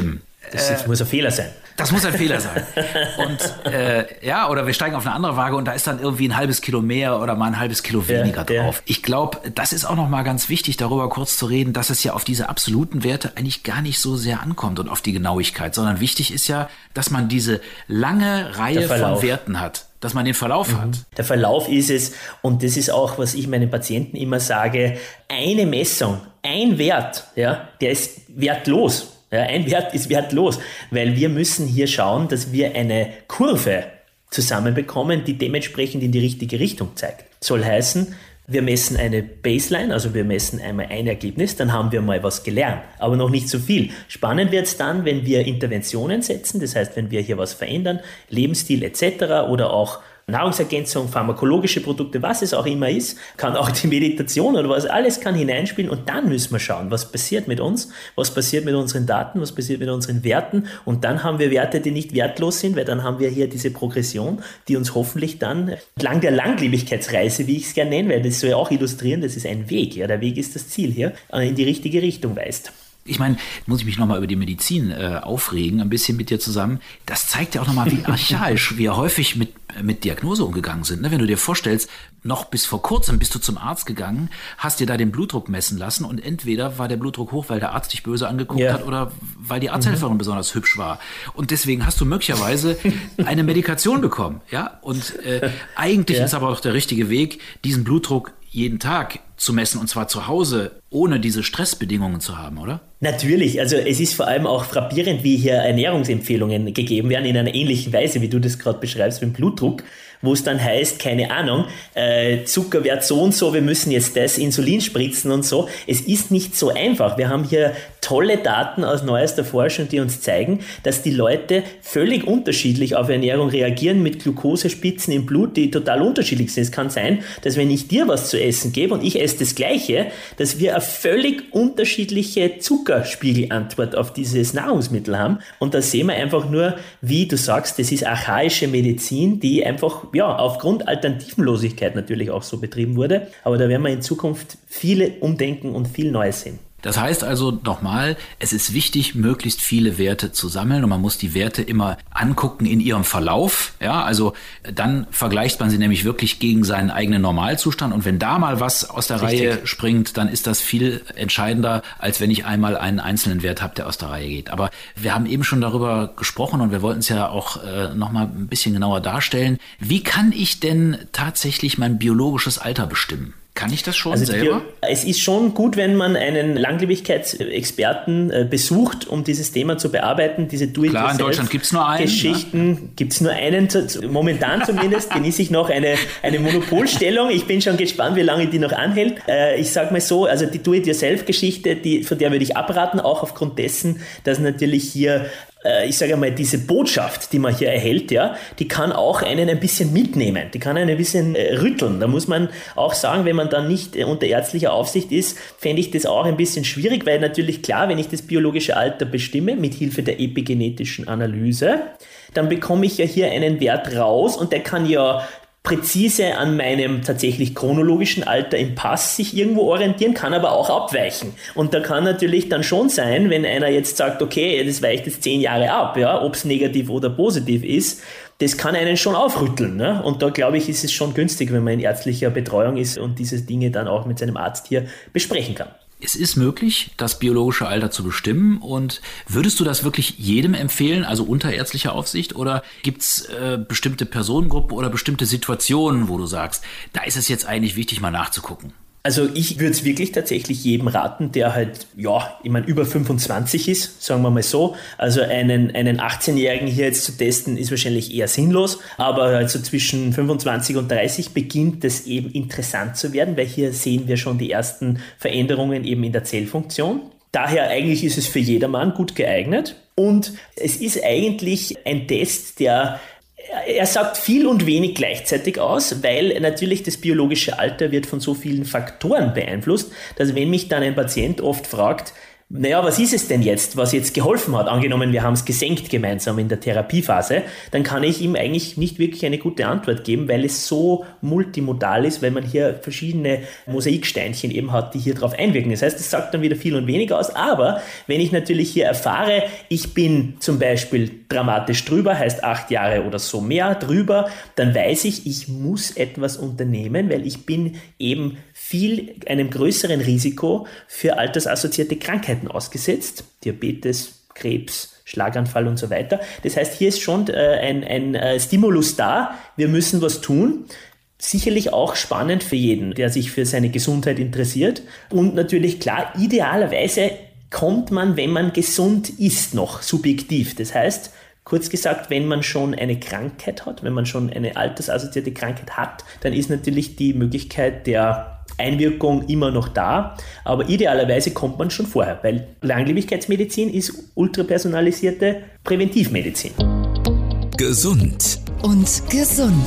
Speaker 4: Das äh, muss ein Fehler sein.
Speaker 3: Das muss ein Fehler sein. Und äh, ja, oder wir steigen auf eine andere Waage und da ist dann irgendwie ein halbes Kilo mehr oder mal ein halbes Kilo weniger ja, drauf. Ja. Ich glaube, das ist auch noch mal ganz wichtig, darüber kurz zu reden, dass es ja auf diese absoluten Werte eigentlich gar nicht so sehr ankommt und auf die Genauigkeit, sondern wichtig ist ja, dass man diese lange Reihe von Werten hat, dass man den Verlauf mhm. hat.
Speaker 4: Der Verlauf ist es, und das ist auch, was ich meinen Patienten immer sage, eine Messung, ein Wert, ja, der ist wertlos. Ja, ein Wert ist wertlos, weil wir müssen hier schauen, dass wir eine Kurve zusammenbekommen, die dementsprechend in die richtige Richtung zeigt. Soll heißen, wir messen eine Baseline, also wir messen einmal ein Ergebnis, dann haben wir mal was gelernt, aber noch nicht so viel. Spannend wird es dann, wenn wir Interventionen setzen, das heißt, wenn wir hier was verändern, Lebensstil et cetera oder auch Nahrungsergänzung, pharmakologische Produkte, was es auch immer ist, kann auch die Meditation oder was, alles kann hineinspielen und dann müssen wir schauen, was passiert mit uns, was passiert mit unseren Daten, was passiert mit unseren Werten und dann haben wir Werte, die nicht wertlos sind, weil dann haben wir hier diese Progression, die uns hoffentlich dann entlang der Langlebigkeitsreise, wie ich es gerne nenne, weil das soll ja auch illustrieren, das ist ein Weg, ja, der Weg ist das Ziel hier, in die richtige Richtung weist.
Speaker 3: Ich meine, muss ich mich nochmal über die Medizin äh, aufregen, ein bisschen mit dir zusammen. Das zeigt ja auch nochmal, wie archaisch wir häufig mit, mit Diagnose umgegangen sind. Ne? Wenn du dir vorstellst, noch bis vor kurzem bist du zum Arzt gegangen, hast dir da den Blutdruck messen lassen und entweder war der Blutdruck hoch, weil der Arzt dich böse angeguckt ja. hat oder weil die Arzthelferin mhm. besonders hübsch war. Und deswegen hast du möglicherweise eine Medikation bekommen. Ja? Und äh, eigentlich ja. ist aber auch der richtige Weg, diesen Blutdruck jeden Tag zu messen und zwar zu Hause, ohne diese Stressbedingungen zu haben, oder?
Speaker 4: Natürlich, also es ist vor allem auch frappierend, wie hier Ernährungsempfehlungen gegeben werden, in einer ähnlichen Weise, wie du das gerade beschreibst mit dem Blutdruck, wo es dann heißt, keine Ahnung, äh, Zuckerwert so und so, wir müssen jetzt das Insulin spritzen und so. Es ist nicht so einfach. Wir haben hier tolle Daten aus neuester Forschung, die uns zeigen, dass die Leute völlig unterschiedlich auf Ernährung reagieren mit Glukosespitzen im Blut, die total unterschiedlich sind. Es kann sein, dass wenn ich dir was zu essen gebe und ich esse das Gleiche, dass wir eine völlig unterschiedliche Zuckerspiegelantwort auf dieses Nahrungsmittel haben. Und da sehen wir einfach nur, wie du sagst, das ist archaische Medizin, die einfach ja, aufgrund Alternativenlosigkeit natürlich auch so betrieben wurde. Aber da werden wir in Zukunft viele umdenken und viel Neues sehen.
Speaker 3: Das heißt also nochmal, es ist wichtig, möglichst viele Werte zu sammeln und man muss die Werte immer angucken in ihrem Verlauf. Ja, also dann vergleicht man sie nämlich wirklich gegen seinen eigenen Normalzustand und wenn da mal was aus der Richtig. Reihe springt, dann ist das viel entscheidender, als wenn ich einmal einen einzelnen Wert habe, der aus der Reihe geht. Aber wir haben eben schon darüber gesprochen und wir wollten es ja auch äh, nochmal ein bisschen genauer darstellen. Wie kann ich denn tatsächlich mein biologisches Alter bestimmen? Kann ich das schon also selber?
Speaker 4: Die, es ist schon gut, wenn man einen Langlebigkeitsexperten äh, besucht, um dieses Thema zu bearbeiten. Diese Do-it-yourself
Speaker 3: Klar, in Deutschland gibt es nur einen.
Speaker 4: Geschichten
Speaker 3: ne?
Speaker 4: gibt es nur einen. Momentan zumindest genieße ich noch eine, eine Monopolstellung. Ich bin schon gespannt, wie lange die noch anhält. Äh, ich sage mal so, also die Do-it-yourself-Geschichte, die, von der würde ich abraten, auch aufgrund dessen, dass natürlich hier ich sage mal, diese Botschaft, die man hier erhält, ja, die kann auch einen ein bisschen mitnehmen, die kann einen ein bisschen äh, rütteln. Da muss man auch sagen, wenn man dann nicht äh, unter ärztlicher Aufsicht ist, fände ich das auch ein bisschen schwierig, weil natürlich klar, wenn ich das biologische Alter bestimme, mit Hilfe der epigenetischen Analyse, dann bekomme ich ja hier einen Wert raus und der kann ja präzise an meinem tatsächlich chronologischen Alter im Pass sich irgendwo orientieren, kann aber auch abweichen. Und da kann natürlich dann schon sein, wenn einer jetzt sagt, okay, das weicht jetzt zehn Jahre ab, ja, ob es negativ oder positiv ist, das kann einen schon aufrütteln. Ne? Und da glaube ich, ist es schon günstig, wenn man in ärztlicher Betreuung ist und diese Dinge dann auch mit seinem Arzt hier besprechen kann.
Speaker 3: Es ist möglich, das biologische Alter zu bestimmen und würdest du das wirklich jedem empfehlen, also unter ärztlicher Aufsicht oder gibt's äh, bestimmte Personengruppen oder bestimmte Situationen, wo du sagst, da ist es jetzt eigentlich wichtig, mal nachzugucken?
Speaker 4: Also ich würde es wirklich tatsächlich jedem raten, der halt, ja, ich meine, über fünfundzwanzig ist, sagen wir mal so. Also einen, einen achtzehnjährigen hier jetzt zu testen, ist wahrscheinlich eher sinnlos. Aber also zwischen fünfundzwanzig und dreißig beginnt es eben interessant zu werden, weil hier sehen wir schon die ersten Veränderungen eben in der Zellfunktion. Daher eigentlich ist es für jedermann gut geeignet. Und es ist eigentlich ein Test, der Er sagt viel und wenig gleichzeitig aus, weil natürlich das biologische Alter wird von so vielen Faktoren beeinflusst, dass wenn mich dann ein Patient oft fragt, naja, was ist es denn jetzt, was jetzt geholfen hat? Angenommen, wir haben es gesenkt gemeinsam in der Therapiephase, dann kann ich ihm eigentlich nicht wirklich eine gute Antwort geben, weil es so multimodal ist, weil man hier verschiedene Mosaiksteinchen eben hat, die hier drauf einwirken. Das heißt, es sagt dann wieder viel und wenig aus, aber wenn ich natürlich hier erfahre, ich bin zum Beispiel dramatisch drüber, heißt acht Jahre oder so mehr drüber, dann weiß ich, ich muss etwas unternehmen, weil ich bin eben viel einem größeren Risiko für altersassoziierte Krankheiten ausgesetzt, Diabetes, Krebs, Schlaganfall und so weiter. Das heißt, hier ist schon äh, ein, ein äh, Stimulus da, wir müssen was tun. Sicherlich auch spannend für jeden, der sich für seine Gesundheit interessiert. Und natürlich klar, idealerweise kommt man, wenn man gesund ist, noch subjektiv. Das heißt, kurz gesagt, wenn man schon eine Krankheit hat, wenn man schon eine altersassoziierte Krankheit hat, dann ist natürlich die Möglichkeit der Einwirkung immer noch da, aber idealerweise kommt man schon vorher, weil Langlebigkeitsmedizin ist ultrapersonalisierte Präventivmedizin.
Speaker 1: Gesund
Speaker 2: und gesund.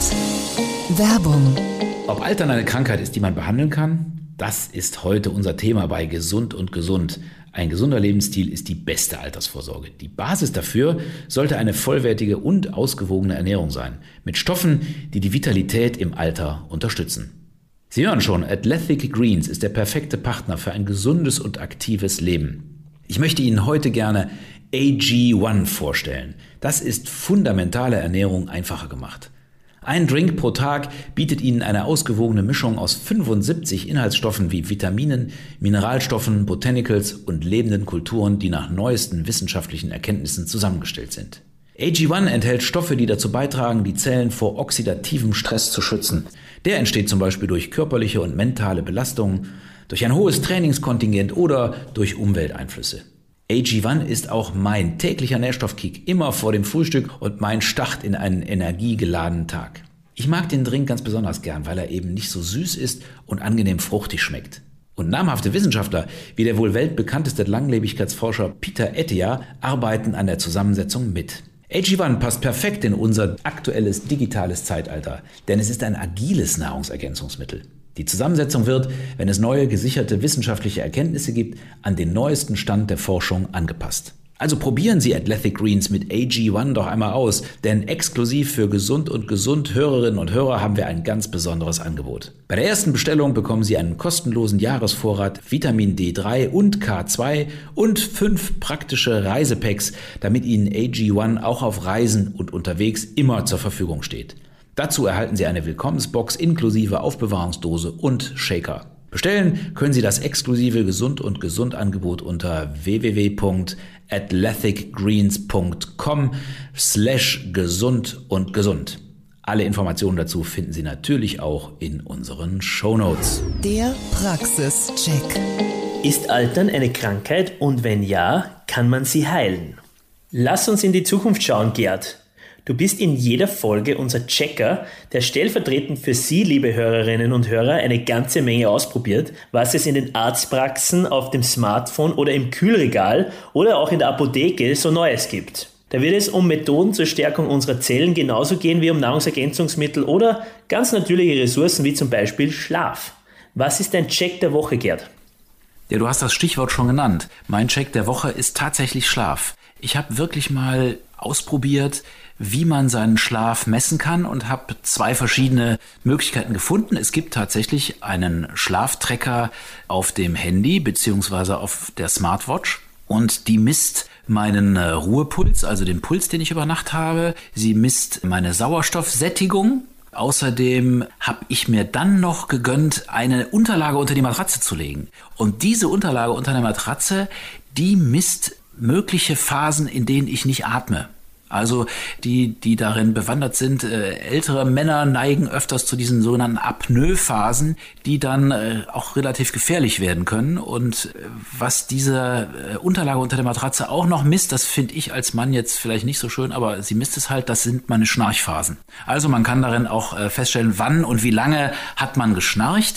Speaker 2: Werbung.
Speaker 3: Ob Altern eine Krankheit ist, die man behandeln kann, das ist heute unser Thema bei Gesund und Gesund. Ein gesunder Lebensstil ist die beste Altersvorsorge. Die Basis dafür sollte eine vollwertige und ausgewogene Ernährung sein, mit Stoffen, die die Vitalität im Alter unterstützen. Sie hören schon, Athletic Greens ist der perfekte Partner für ein gesundes und aktives Leben. Ich möchte Ihnen heute gerne A G eins vorstellen. Das ist fundamentale Ernährung einfacher gemacht. Ein Drink pro Tag bietet Ihnen eine ausgewogene Mischung aus fünfundsiebzig Inhaltsstoffen wie Vitaminen, Mineralstoffen, Botanicals und lebenden Kulturen, die nach neuesten wissenschaftlichen Erkenntnissen zusammengestellt sind. A G eins enthält Stoffe, die dazu beitragen, die Zellen vor oxidativem Stress zu schützen. Der entsteht zum Beispiel durch körperliche und mentale Belastungen, durch ein hohes Trainingskontingent oder durch Umwelteinflüsse. A G eins ist auch mein täglicher Nährstoffkick immer vor dem Frühstück und mein Start in einen energiegeladenen Tag. Ich mag den Drink ganz besonders gern, weil er eben nicht so süß ist und angenehm fruchtig schmeckt. Und namhafte Wissenschaftler wie der wohl weltbekannteste Langlebigkeitsforscher Peter Attia arbeiten an der Zusammensetzung mit. A G eins passt perfekt in unser aktuelles digitales Zeitalter, denn es ist ein agiles Nahrungsergänzungsmittel. Die Zusammensetzung wird, wenn es neue gesicherte wissenschaftliche Erkenntnisse gibt, an den neuesten Stand der Forschung angepasst. Also probieren Sie Athletic Greens mit A G eins doch einmal aus, denn exklusiv für Gesund und Gesund Hörerinnen und Hörer haben wir ein ganz besonderes Angebot. Bei der ersten Bestellung bekommen Sie einen kostenlosen Jahresvorrat Vitamin D drei und K zwei und fünf praktische Reisepacks, damit Ihnen A G eins auch auf Reisen und unterwegs immer zur Verfügung steht. Dazu erhalten Sie eine Willkommensbox inklusive Aufbewahrungsdose und Shaker. Bestellen können Sie das exklusive Gesund und Gesund Angebot unter w w w punkt athletic greens punkt com slash gesund und gesund. Alle Informationen dazu finden Sie natürlich auch in unseren Shownotes.
Speaker 2: Der Praxischeck.
Speaker 4: Ist Altern eine Krankheit und wenn ja, kann man sie heilen? Lass uns in die Zukunft schauen, Gerd. Du bist in jeder Folge unser Checker, der stellvertretend für Sie, liebe Hörerinnen und Hörer, eine ganze Menge ausprobiert, was es in den Arztpraxen, auf dem Smartphone oder im Kühlregal oder auch in der Apotheke so Neues gibt. Da wird es um Methoden zur Stärkung unserer Zellen genauso gehen wie um Nahrungsergänzungsmittel oder ganz natürliche Ressourcen wie zum Beispiel Schlaf. Was ist dein Check der Woche, Gerd?
Speaker 3: Ja, du hast das Stichwort schon genannt. Mein Check der Woche ist tatsächlich Schlaf. Ich habe wirklich mal ausprobiert, wie man seinen Schlaf messen kann und habe zwei verschiedene Möglichkeiten gefunden. Es gibt tatsächlich einen Schlaftrecker auf dem Handy beziehungsweise auf der Smartwatch und die misst meinen Ruhepuls, also den Puls, den ich über Nacht habe. Sie misst meine Sauerstoffsättigung. Außerdem habe ich mir dann noch gegönnt, eine Unterlage unter die Matratze zu legen. Und diese Unterlage unter der Matratze, die misst mögliche Phasen, in denen ich nicht atme. Also die, die darin bewandert sind, äh, ältere Männer neigen öfters zu diesen sogenannten Apnoe-Phasen, die dann äh, auch relativ gefährlich werden können. Und äh, was diese äh, Unterlage unter der Matratze auch noch misst, das finde ich als Mann jetzt vielleicht nicht so schön, aber sie misst es halt, das sind meine Schnarchphasen. Also man kann darin auch äh, feststellen, wann und wie lange hat man geschnarcht.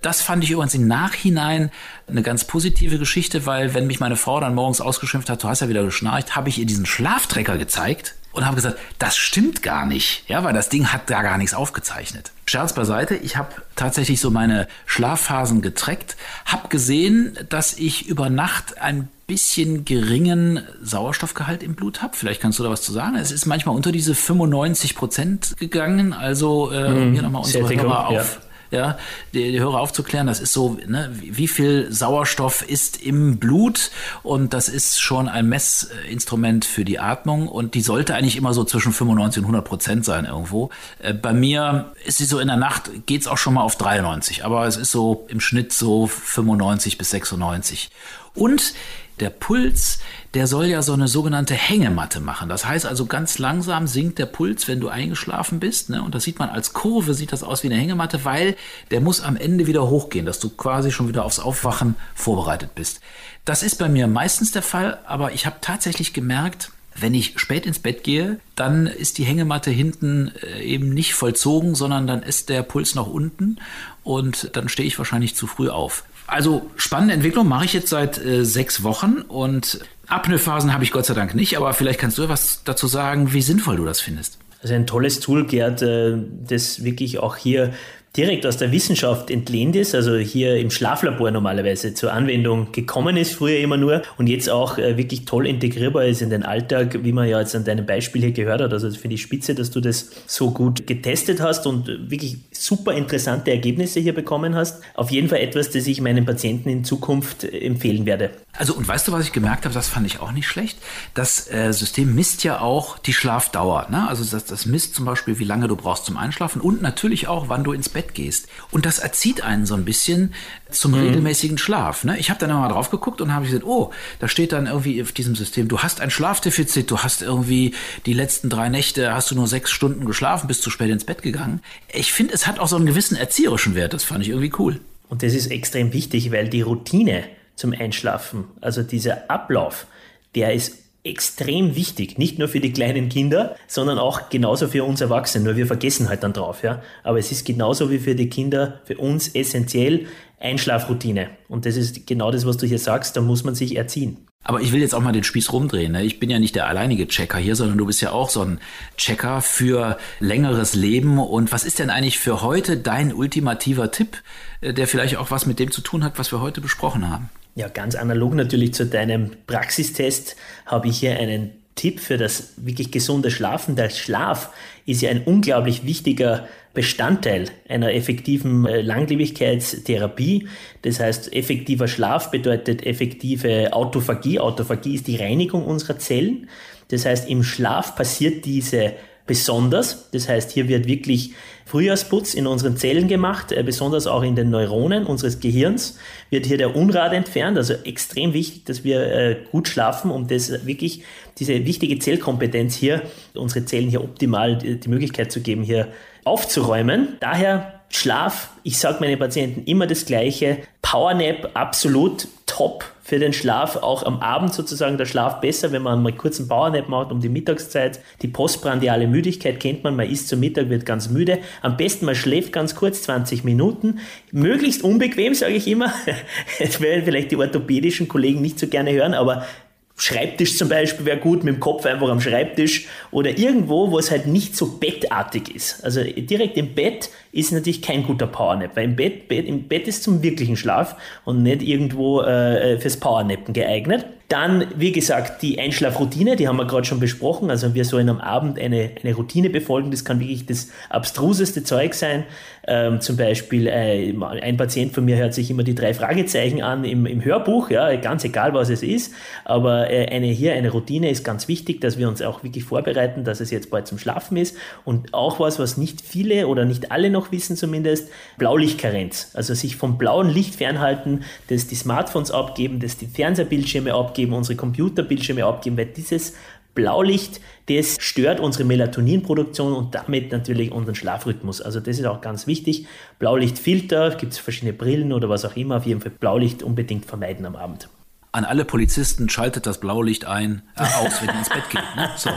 Speaker 3: Das fand ich übrigens im Nachhinein eine ganz positive Geschichte, weil wenn mich meine Frau dann morgens ausgeschimpft hat, du hast ja wieder geschnarcht, habe ich ihr diesen Schlaftrecker gezeigt und habe gesagt, das stimmt gar nicht, ja, weil das Ding hat da gar nichts aufgezeichnet. Scherz beiseite, ich habe tatsächlich so meine Schlafphasen getrackt, habe gesehen, dass ich über Nacht ein bisschen geringen Sauerstoffgehalt im Blut habe. Vielleicht kannst du da was zu sagen. Es ist manchmal unter diese fünfundneunzig Prozent gegangen, also äh, um hier nochmal unsere Hörer auf... Ja. Ja, die, die Hörer aufzuklären, das ist so, ne, wie viel Sauerstoff ist im Blut und das ist schon ein Messinstrument für die Atmung und die sollte eigentlich immer so zwischen fünfundneunzig und hundert Prozent sein irgendwo. Äh, bei mir ist sie so in der Nacht, geht's auch schon mal auf dreiundneunzig, aber es ist so im Schnitt so fünfundneunzig bis sechsundneunzig. Und der Puls, der soll ja so eine sogenannte Hängematte machen. Das heißt also, ganz langsam sinkt der Puls, wenn du eingeschlafen bist. Ne? Und das sieht man als Kurve, sieht das aus wie eine Hängematte, weil der muss am Ende wieder hochgehen, dass du quasi schon wieder aufs Aufwachen vorbereitet bist. Das ist bei mir meistens der Fall, aber ich habe tatsächlich gemerkt, wenn ich spät ins Bett gehe, dann ist die Hängematte hinten eben nicht vollzogen, sondern dann ist der Puls noch unten und dann stehe ich wahrscheinlich zu früh auf. Also spannende Entwicklung mache ich jetzt seit äh, sechs Wochen und Apnoe-Phasen habe ich Gott sei Dank nicht, aber vielleicht kannst du was dazu sagen, wie sinnvoll du das findest.
Speaker 4: Also ein tolles Tool, Gerd, das wirklich auch hier direkt aus der Wissenschaft entlehnt ist, also hier im Schlaflabor normalerweise zur Anwendung gekommen ist, früher immer nur und jetzt auch äh, wirklich toll integrierbar ist in den Alltag, wie man ja jetzt an deinem Beispiel hier gehört hat. Also das finde ich spitze, dass du das so gut getestet hast und wirklich super interessante Ergebnisse hier bekommen hast. Auf jeden Fall etwas, das ich meinen Patienten in Zukunft empfehlen werde.
Speaker 3: Also und weißt du, was ich gemerkt habe, das fand ich auch nicht schlecht. Das äh, System misst ja auch die Schlafdauer. Ne? Also das, das misst zum Beispiel, wie lange du brauchst zum Einschlafen und natürlich auch, wann du ins Bett gehst. Und das erzieht einen so ein bisschen zum mhm. regelmäßigen Schlaf. Ne? Ich habe dann mal drauf geguckt und habe gesagt, oh, da steht dann irgendwie auf diesem System, du hast ein Schlafdefizit, du hast irgendwie die letzten drei Nächte, hast du nur sechs Stunden geschlafen, bist zu spät ins Bett gegangen. Ich finde, es hat auch so einen gewissen erzieherischen Wert, das fand ich irgendwie cool.
Speaker 4: Und das ist extrem wichtig, weil die Routine zum Einschlafen, also dieser Ablauf, der ist extrem wichtig, nicht nur für die kleinen Kinder, sondern auch genauso für uns Erwachsene, nur wir vergessen halt dann drauf, ja. Aber es ist genauso wie für die Kinder, für uns essentiell Einschlafroutine. Und das ist genau das, was du hier sagst, da muss man sich erziehen.
Speaker 3: Aber ich will jetzt auch mal den Spieß rumdrehen. Ne? Ich bin ja nicht der alleinige Checker hier, sondern du bist ja auch so ein Checker für längeres Leben. Und was ist denn eigentlich für heute dein ultimativer Tipp, der vielleicht auch was mit dem zu tun hat, was wir heute besprochen haben?
Speaker 4: Ja, ganz analog natürlich zu deinem Praxistest habe ich hier einen Tipp für das wirklich gesunde Schlafen. Der Schlaf ist ja ein unglaublich wichtiger Bestandteil einer effektiven Langlebigkeitstherapie. Das heißt, effektiver Schlaf bedeutet effektive Autophagie. Autophagie ist die Reinigung unserer Zellen. Das heißt, im Schlaf passiert diese besonders. Das heißt, hier wird wirklich Frühjahrsputz in unseren Zellen gemacht, äh, besonders auch in den Neuronen unseres Gehirns wird hier der Unrat entfernt. Also extrem wichtig, dass wir äh, gut schlafen, um das wirklich, diese wichtige Zellkompetenz hier, unsere Zellen hier optimal die, die Möglichkeit zu geben, hier aufzuräumen. Daher Schlaf, ich sage meinen Patienten immer das Gleiche. Powernap absolut top für den Schlaf, auch am Abend sozusagen der Schlaf besser, wenn man mal kurz einen Powernap macht um die Mittagszeit. Die postprandiale Müdigkeit kennt man, man isst zum Mittag, wird ganz müde. Am besten man schläft ganz kurz, zwanzig Minuten. Möglichst unbequem, sage ich immer. Das werden vielleicht die orthopädischen Kollegen nicht so gerne hören, aber Schreibtisch zum Beispiel wäre gut, mit dem Kopf einfach am Schreibtisch oder irgendwo, wo es halt nicht so bettartig ist. Also direkt im Bett ist natürlich kein guter Powernap, weil im Bett, Bett, im Bett ist zum wirklichen Schlaf und nicht irgendwo äh, fürs Powernappen geeignet. Dann, wie gesagt, die Einschlafroutine, die haben wir gerade schon besprochen. Also wir sollen am Abend eine, eine Routine befolgen. Das kann wirklich das abstruseste Zeug sein. Ähm, zum Beispiel, äh, ein Patient von mir hört sich immer die drei Fragezeichen an im, im Hörbuch, ja, ganz egal, was es ist. Aber äh, eine, hier eine Routine ist ganz wichtig, dass wir uns auch wirklich vorbereiten, dass es jetzt bald zum Schlafen ist. Und auch was, was nicht viele oder nicht alle noch wissen zumindest, Blaulichtkarenz. Also sich vom blauen Licht fernhalten, das die Smartphones abgeben, das die Fernsehbildschirme abgeben, unsere Computerbildschirme abgeben, weil dieses Blaulicht, das stört unsere Melatoninproduktion und damit natürlich unseren Schlafrhythmus. Also das ist auch ganz wichtig. Blaulichtfilter, gibt es verschiedene Brillen oder was auch immer, auf jeden Fall Blaulicht unbedingt vermeiden am Abend.
Speaker 3: An alle Polizisten, schaltet das Blaulicht ein, äh, aus, wenn ihr ins Bett geht. Ne? So.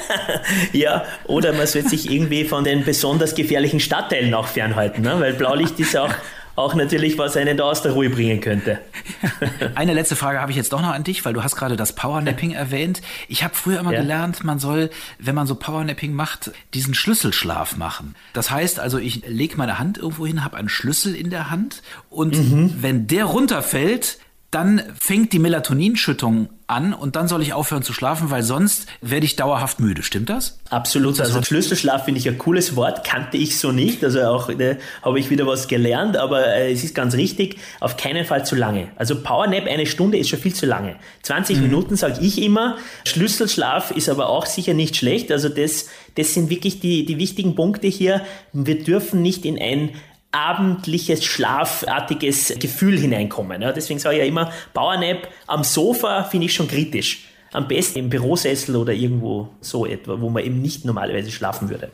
Speaker 4: Ja, oder man sollte sich irgendwie von den besonders gefährlichen Stadtteilen auch fernhalten, ne? Weil Blaulicht ist auch auch natürlich, was einen da aus der Ruhe bringen könnte.
Speaker 3: Eine letzte Frage habe ich jetzt doch noch an dich, weil du hast gerade das Powernapping erwähnt. Ich habe früher immer ja. gelernt, man soll, wenn man so Powernapping macht, diesen Schlüsselschlaf machen. Das heißt also, ich lege meine Hand irgendwo hin, habe einen Schlüssel in der Hand und mhm. wenn der runterfällt, dann fängt die Melatoninschüttung an und dann soll ich aufhören zu schlafen, weil sonst werde ich dauerhaft müde. Stimmt das?
Speaker 4: Absolut. Also Schlüsselschlaf finde ich ein cooles Wort, kannte ich so nicht. Also auch da habe ich wieder was gelernt, aber äh, es ist ganz richtig, auf keinen Fall zu lange. Also Powernap, eine Stunde ist schon viel zu lange. zwanzig mhm. Minuten sage ich immer. Schlüsselschlaf ist aber auch sicher nicht schlecht. Also das, das sind wirklich die, die wichtigen Punkte hier. Wir dürfen nicht in ein abendliches, schlafartiges Gefühl hineinkommen. Ja, deswegen sage ich ja immer, Powernap am Sofa finde ich schon kritisch. Am besten im Bürosessel oder irgendwo so etwa, wo man eben nicht normalerweise schlafen würde.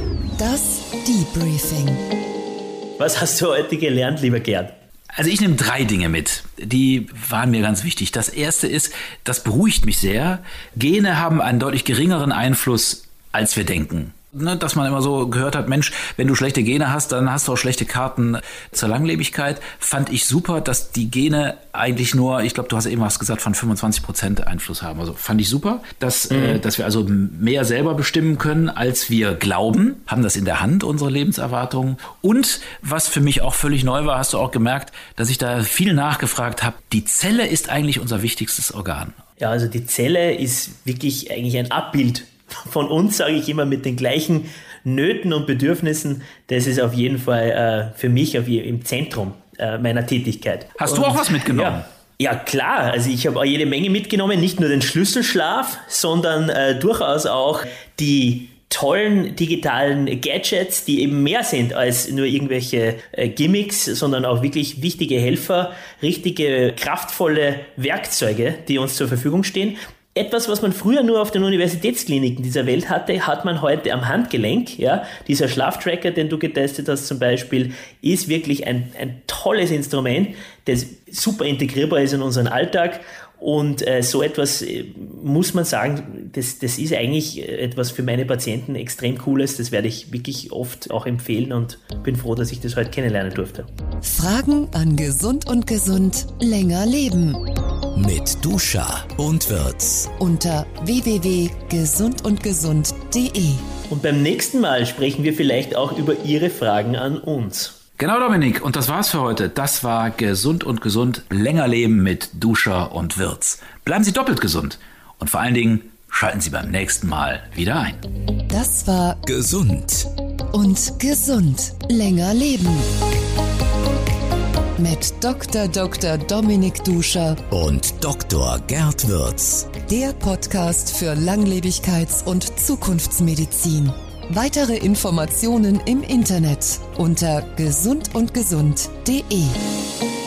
Speaker 2: Das Debriefing.
Speaker 4: Was hast du heute gelernt, lieber Gerd?
Speaker 3: Also ich nehme drei Dinge mit, die waren mir ganz wichtig. Das erste ist, das beruhigt mich sehr. Gene haben einen deutlich geringeren Einfluss, als wir denken. Ne, dass man immer so gehört hat, Mensch, wenn du schlechte Gene hast, dann hast du auch schlechte Karten zur Langlebigkeit. Fand ich super, dass die Gene eigentlich nur, ich glaube, du hast eben was gesagt, von fünfundzwanzig Prozent Einfluss haben. Also fand ich super, dass, mhm. äh, dass wir also mehr selber bestimmen können, als wir glauben. Haben das in der Hand, unsere Lebenserwartungen. Und was für mich auch völlig neu war, hast du auch gemerkt, dass ich da viel nachgefragt habe. Die Zelle ist eigentlich unser wichtigstes Organ.
Speaker 4: Ja, also die Zelle ist wirklich eigentlich ein Abbild von uns, sage ich immer, mit den gleichen Nöten und Bedürfnissen. Das ist auf jeden Fall äh, für mich auf, im Zentrum äh, meiner Tätigkeit.
Speaker 3: Hast
Speaker 4: und,
Speaker 3: du auch was mitgenommen?
Speaker 4: Ja, ja klar. Also ich habe auch jede Menge mitgenommen. Nicht nur den Schlüsselschlaf, sondern äh, durchaus auch die tollen digitalen Gadgets, die eben mehr sind als nur irgendwelche äh, Gimmicks, sondern auch wirklich wichtige Helfer, richtige, kraftvolle Werkzeuge, die uns zur Verfügung stehen. Etwas, was man früher nur auf den Universitätskliniken dieser Welt hatte, hat man heute am Handgelenk. Ja? Dieser Schlaftracker, den du getestet hast zum Beispiel, ist wirklich ein, ein tolles Instrument, das super integrierbar ist in unseren Alltag. Und äh, so etwas äh, muss man sagen, das, das ist eigentlich etwas für meine Patienten extrem Cooles. Das werde ich wirklich oft auch empfehlen und bin froh, dass ich das heute kennenlernen durfte.
Speaker 2: Fragen an Gesund und Gesund länger leben.
Speaker 1: Mit Duscha und Wirtz.
Speaker 2: Unter w w w punkt gesund und gesund punkt d e.
Speaker 4: Und beim nächsten Mal sprechen wir vielleicht auch über Ihre Fragen an uns.
Speaker 3: Genau, Dominik. Und das war's für heute. Das war Gesund und Gesund länger leben mit Duscha und Wirtz. Bleiben Sie doppelt gesund. Und vor allen Dingen schalten Sie beim nächsten Mal wieder ein.
Speaker 2: Das war
Speaker 1: Gesund
Speaker 2: und Gesund länger leben. Mit Doktor Doktor Dominik Duscha
Speaker 1: und Doktor Gerd Wirtz.
Speaker 2: Der Podcast für Langlebigkeits- und Zukunftsmedizin. Weitere Informationen im Internet unter gesund und gesund punkt d e.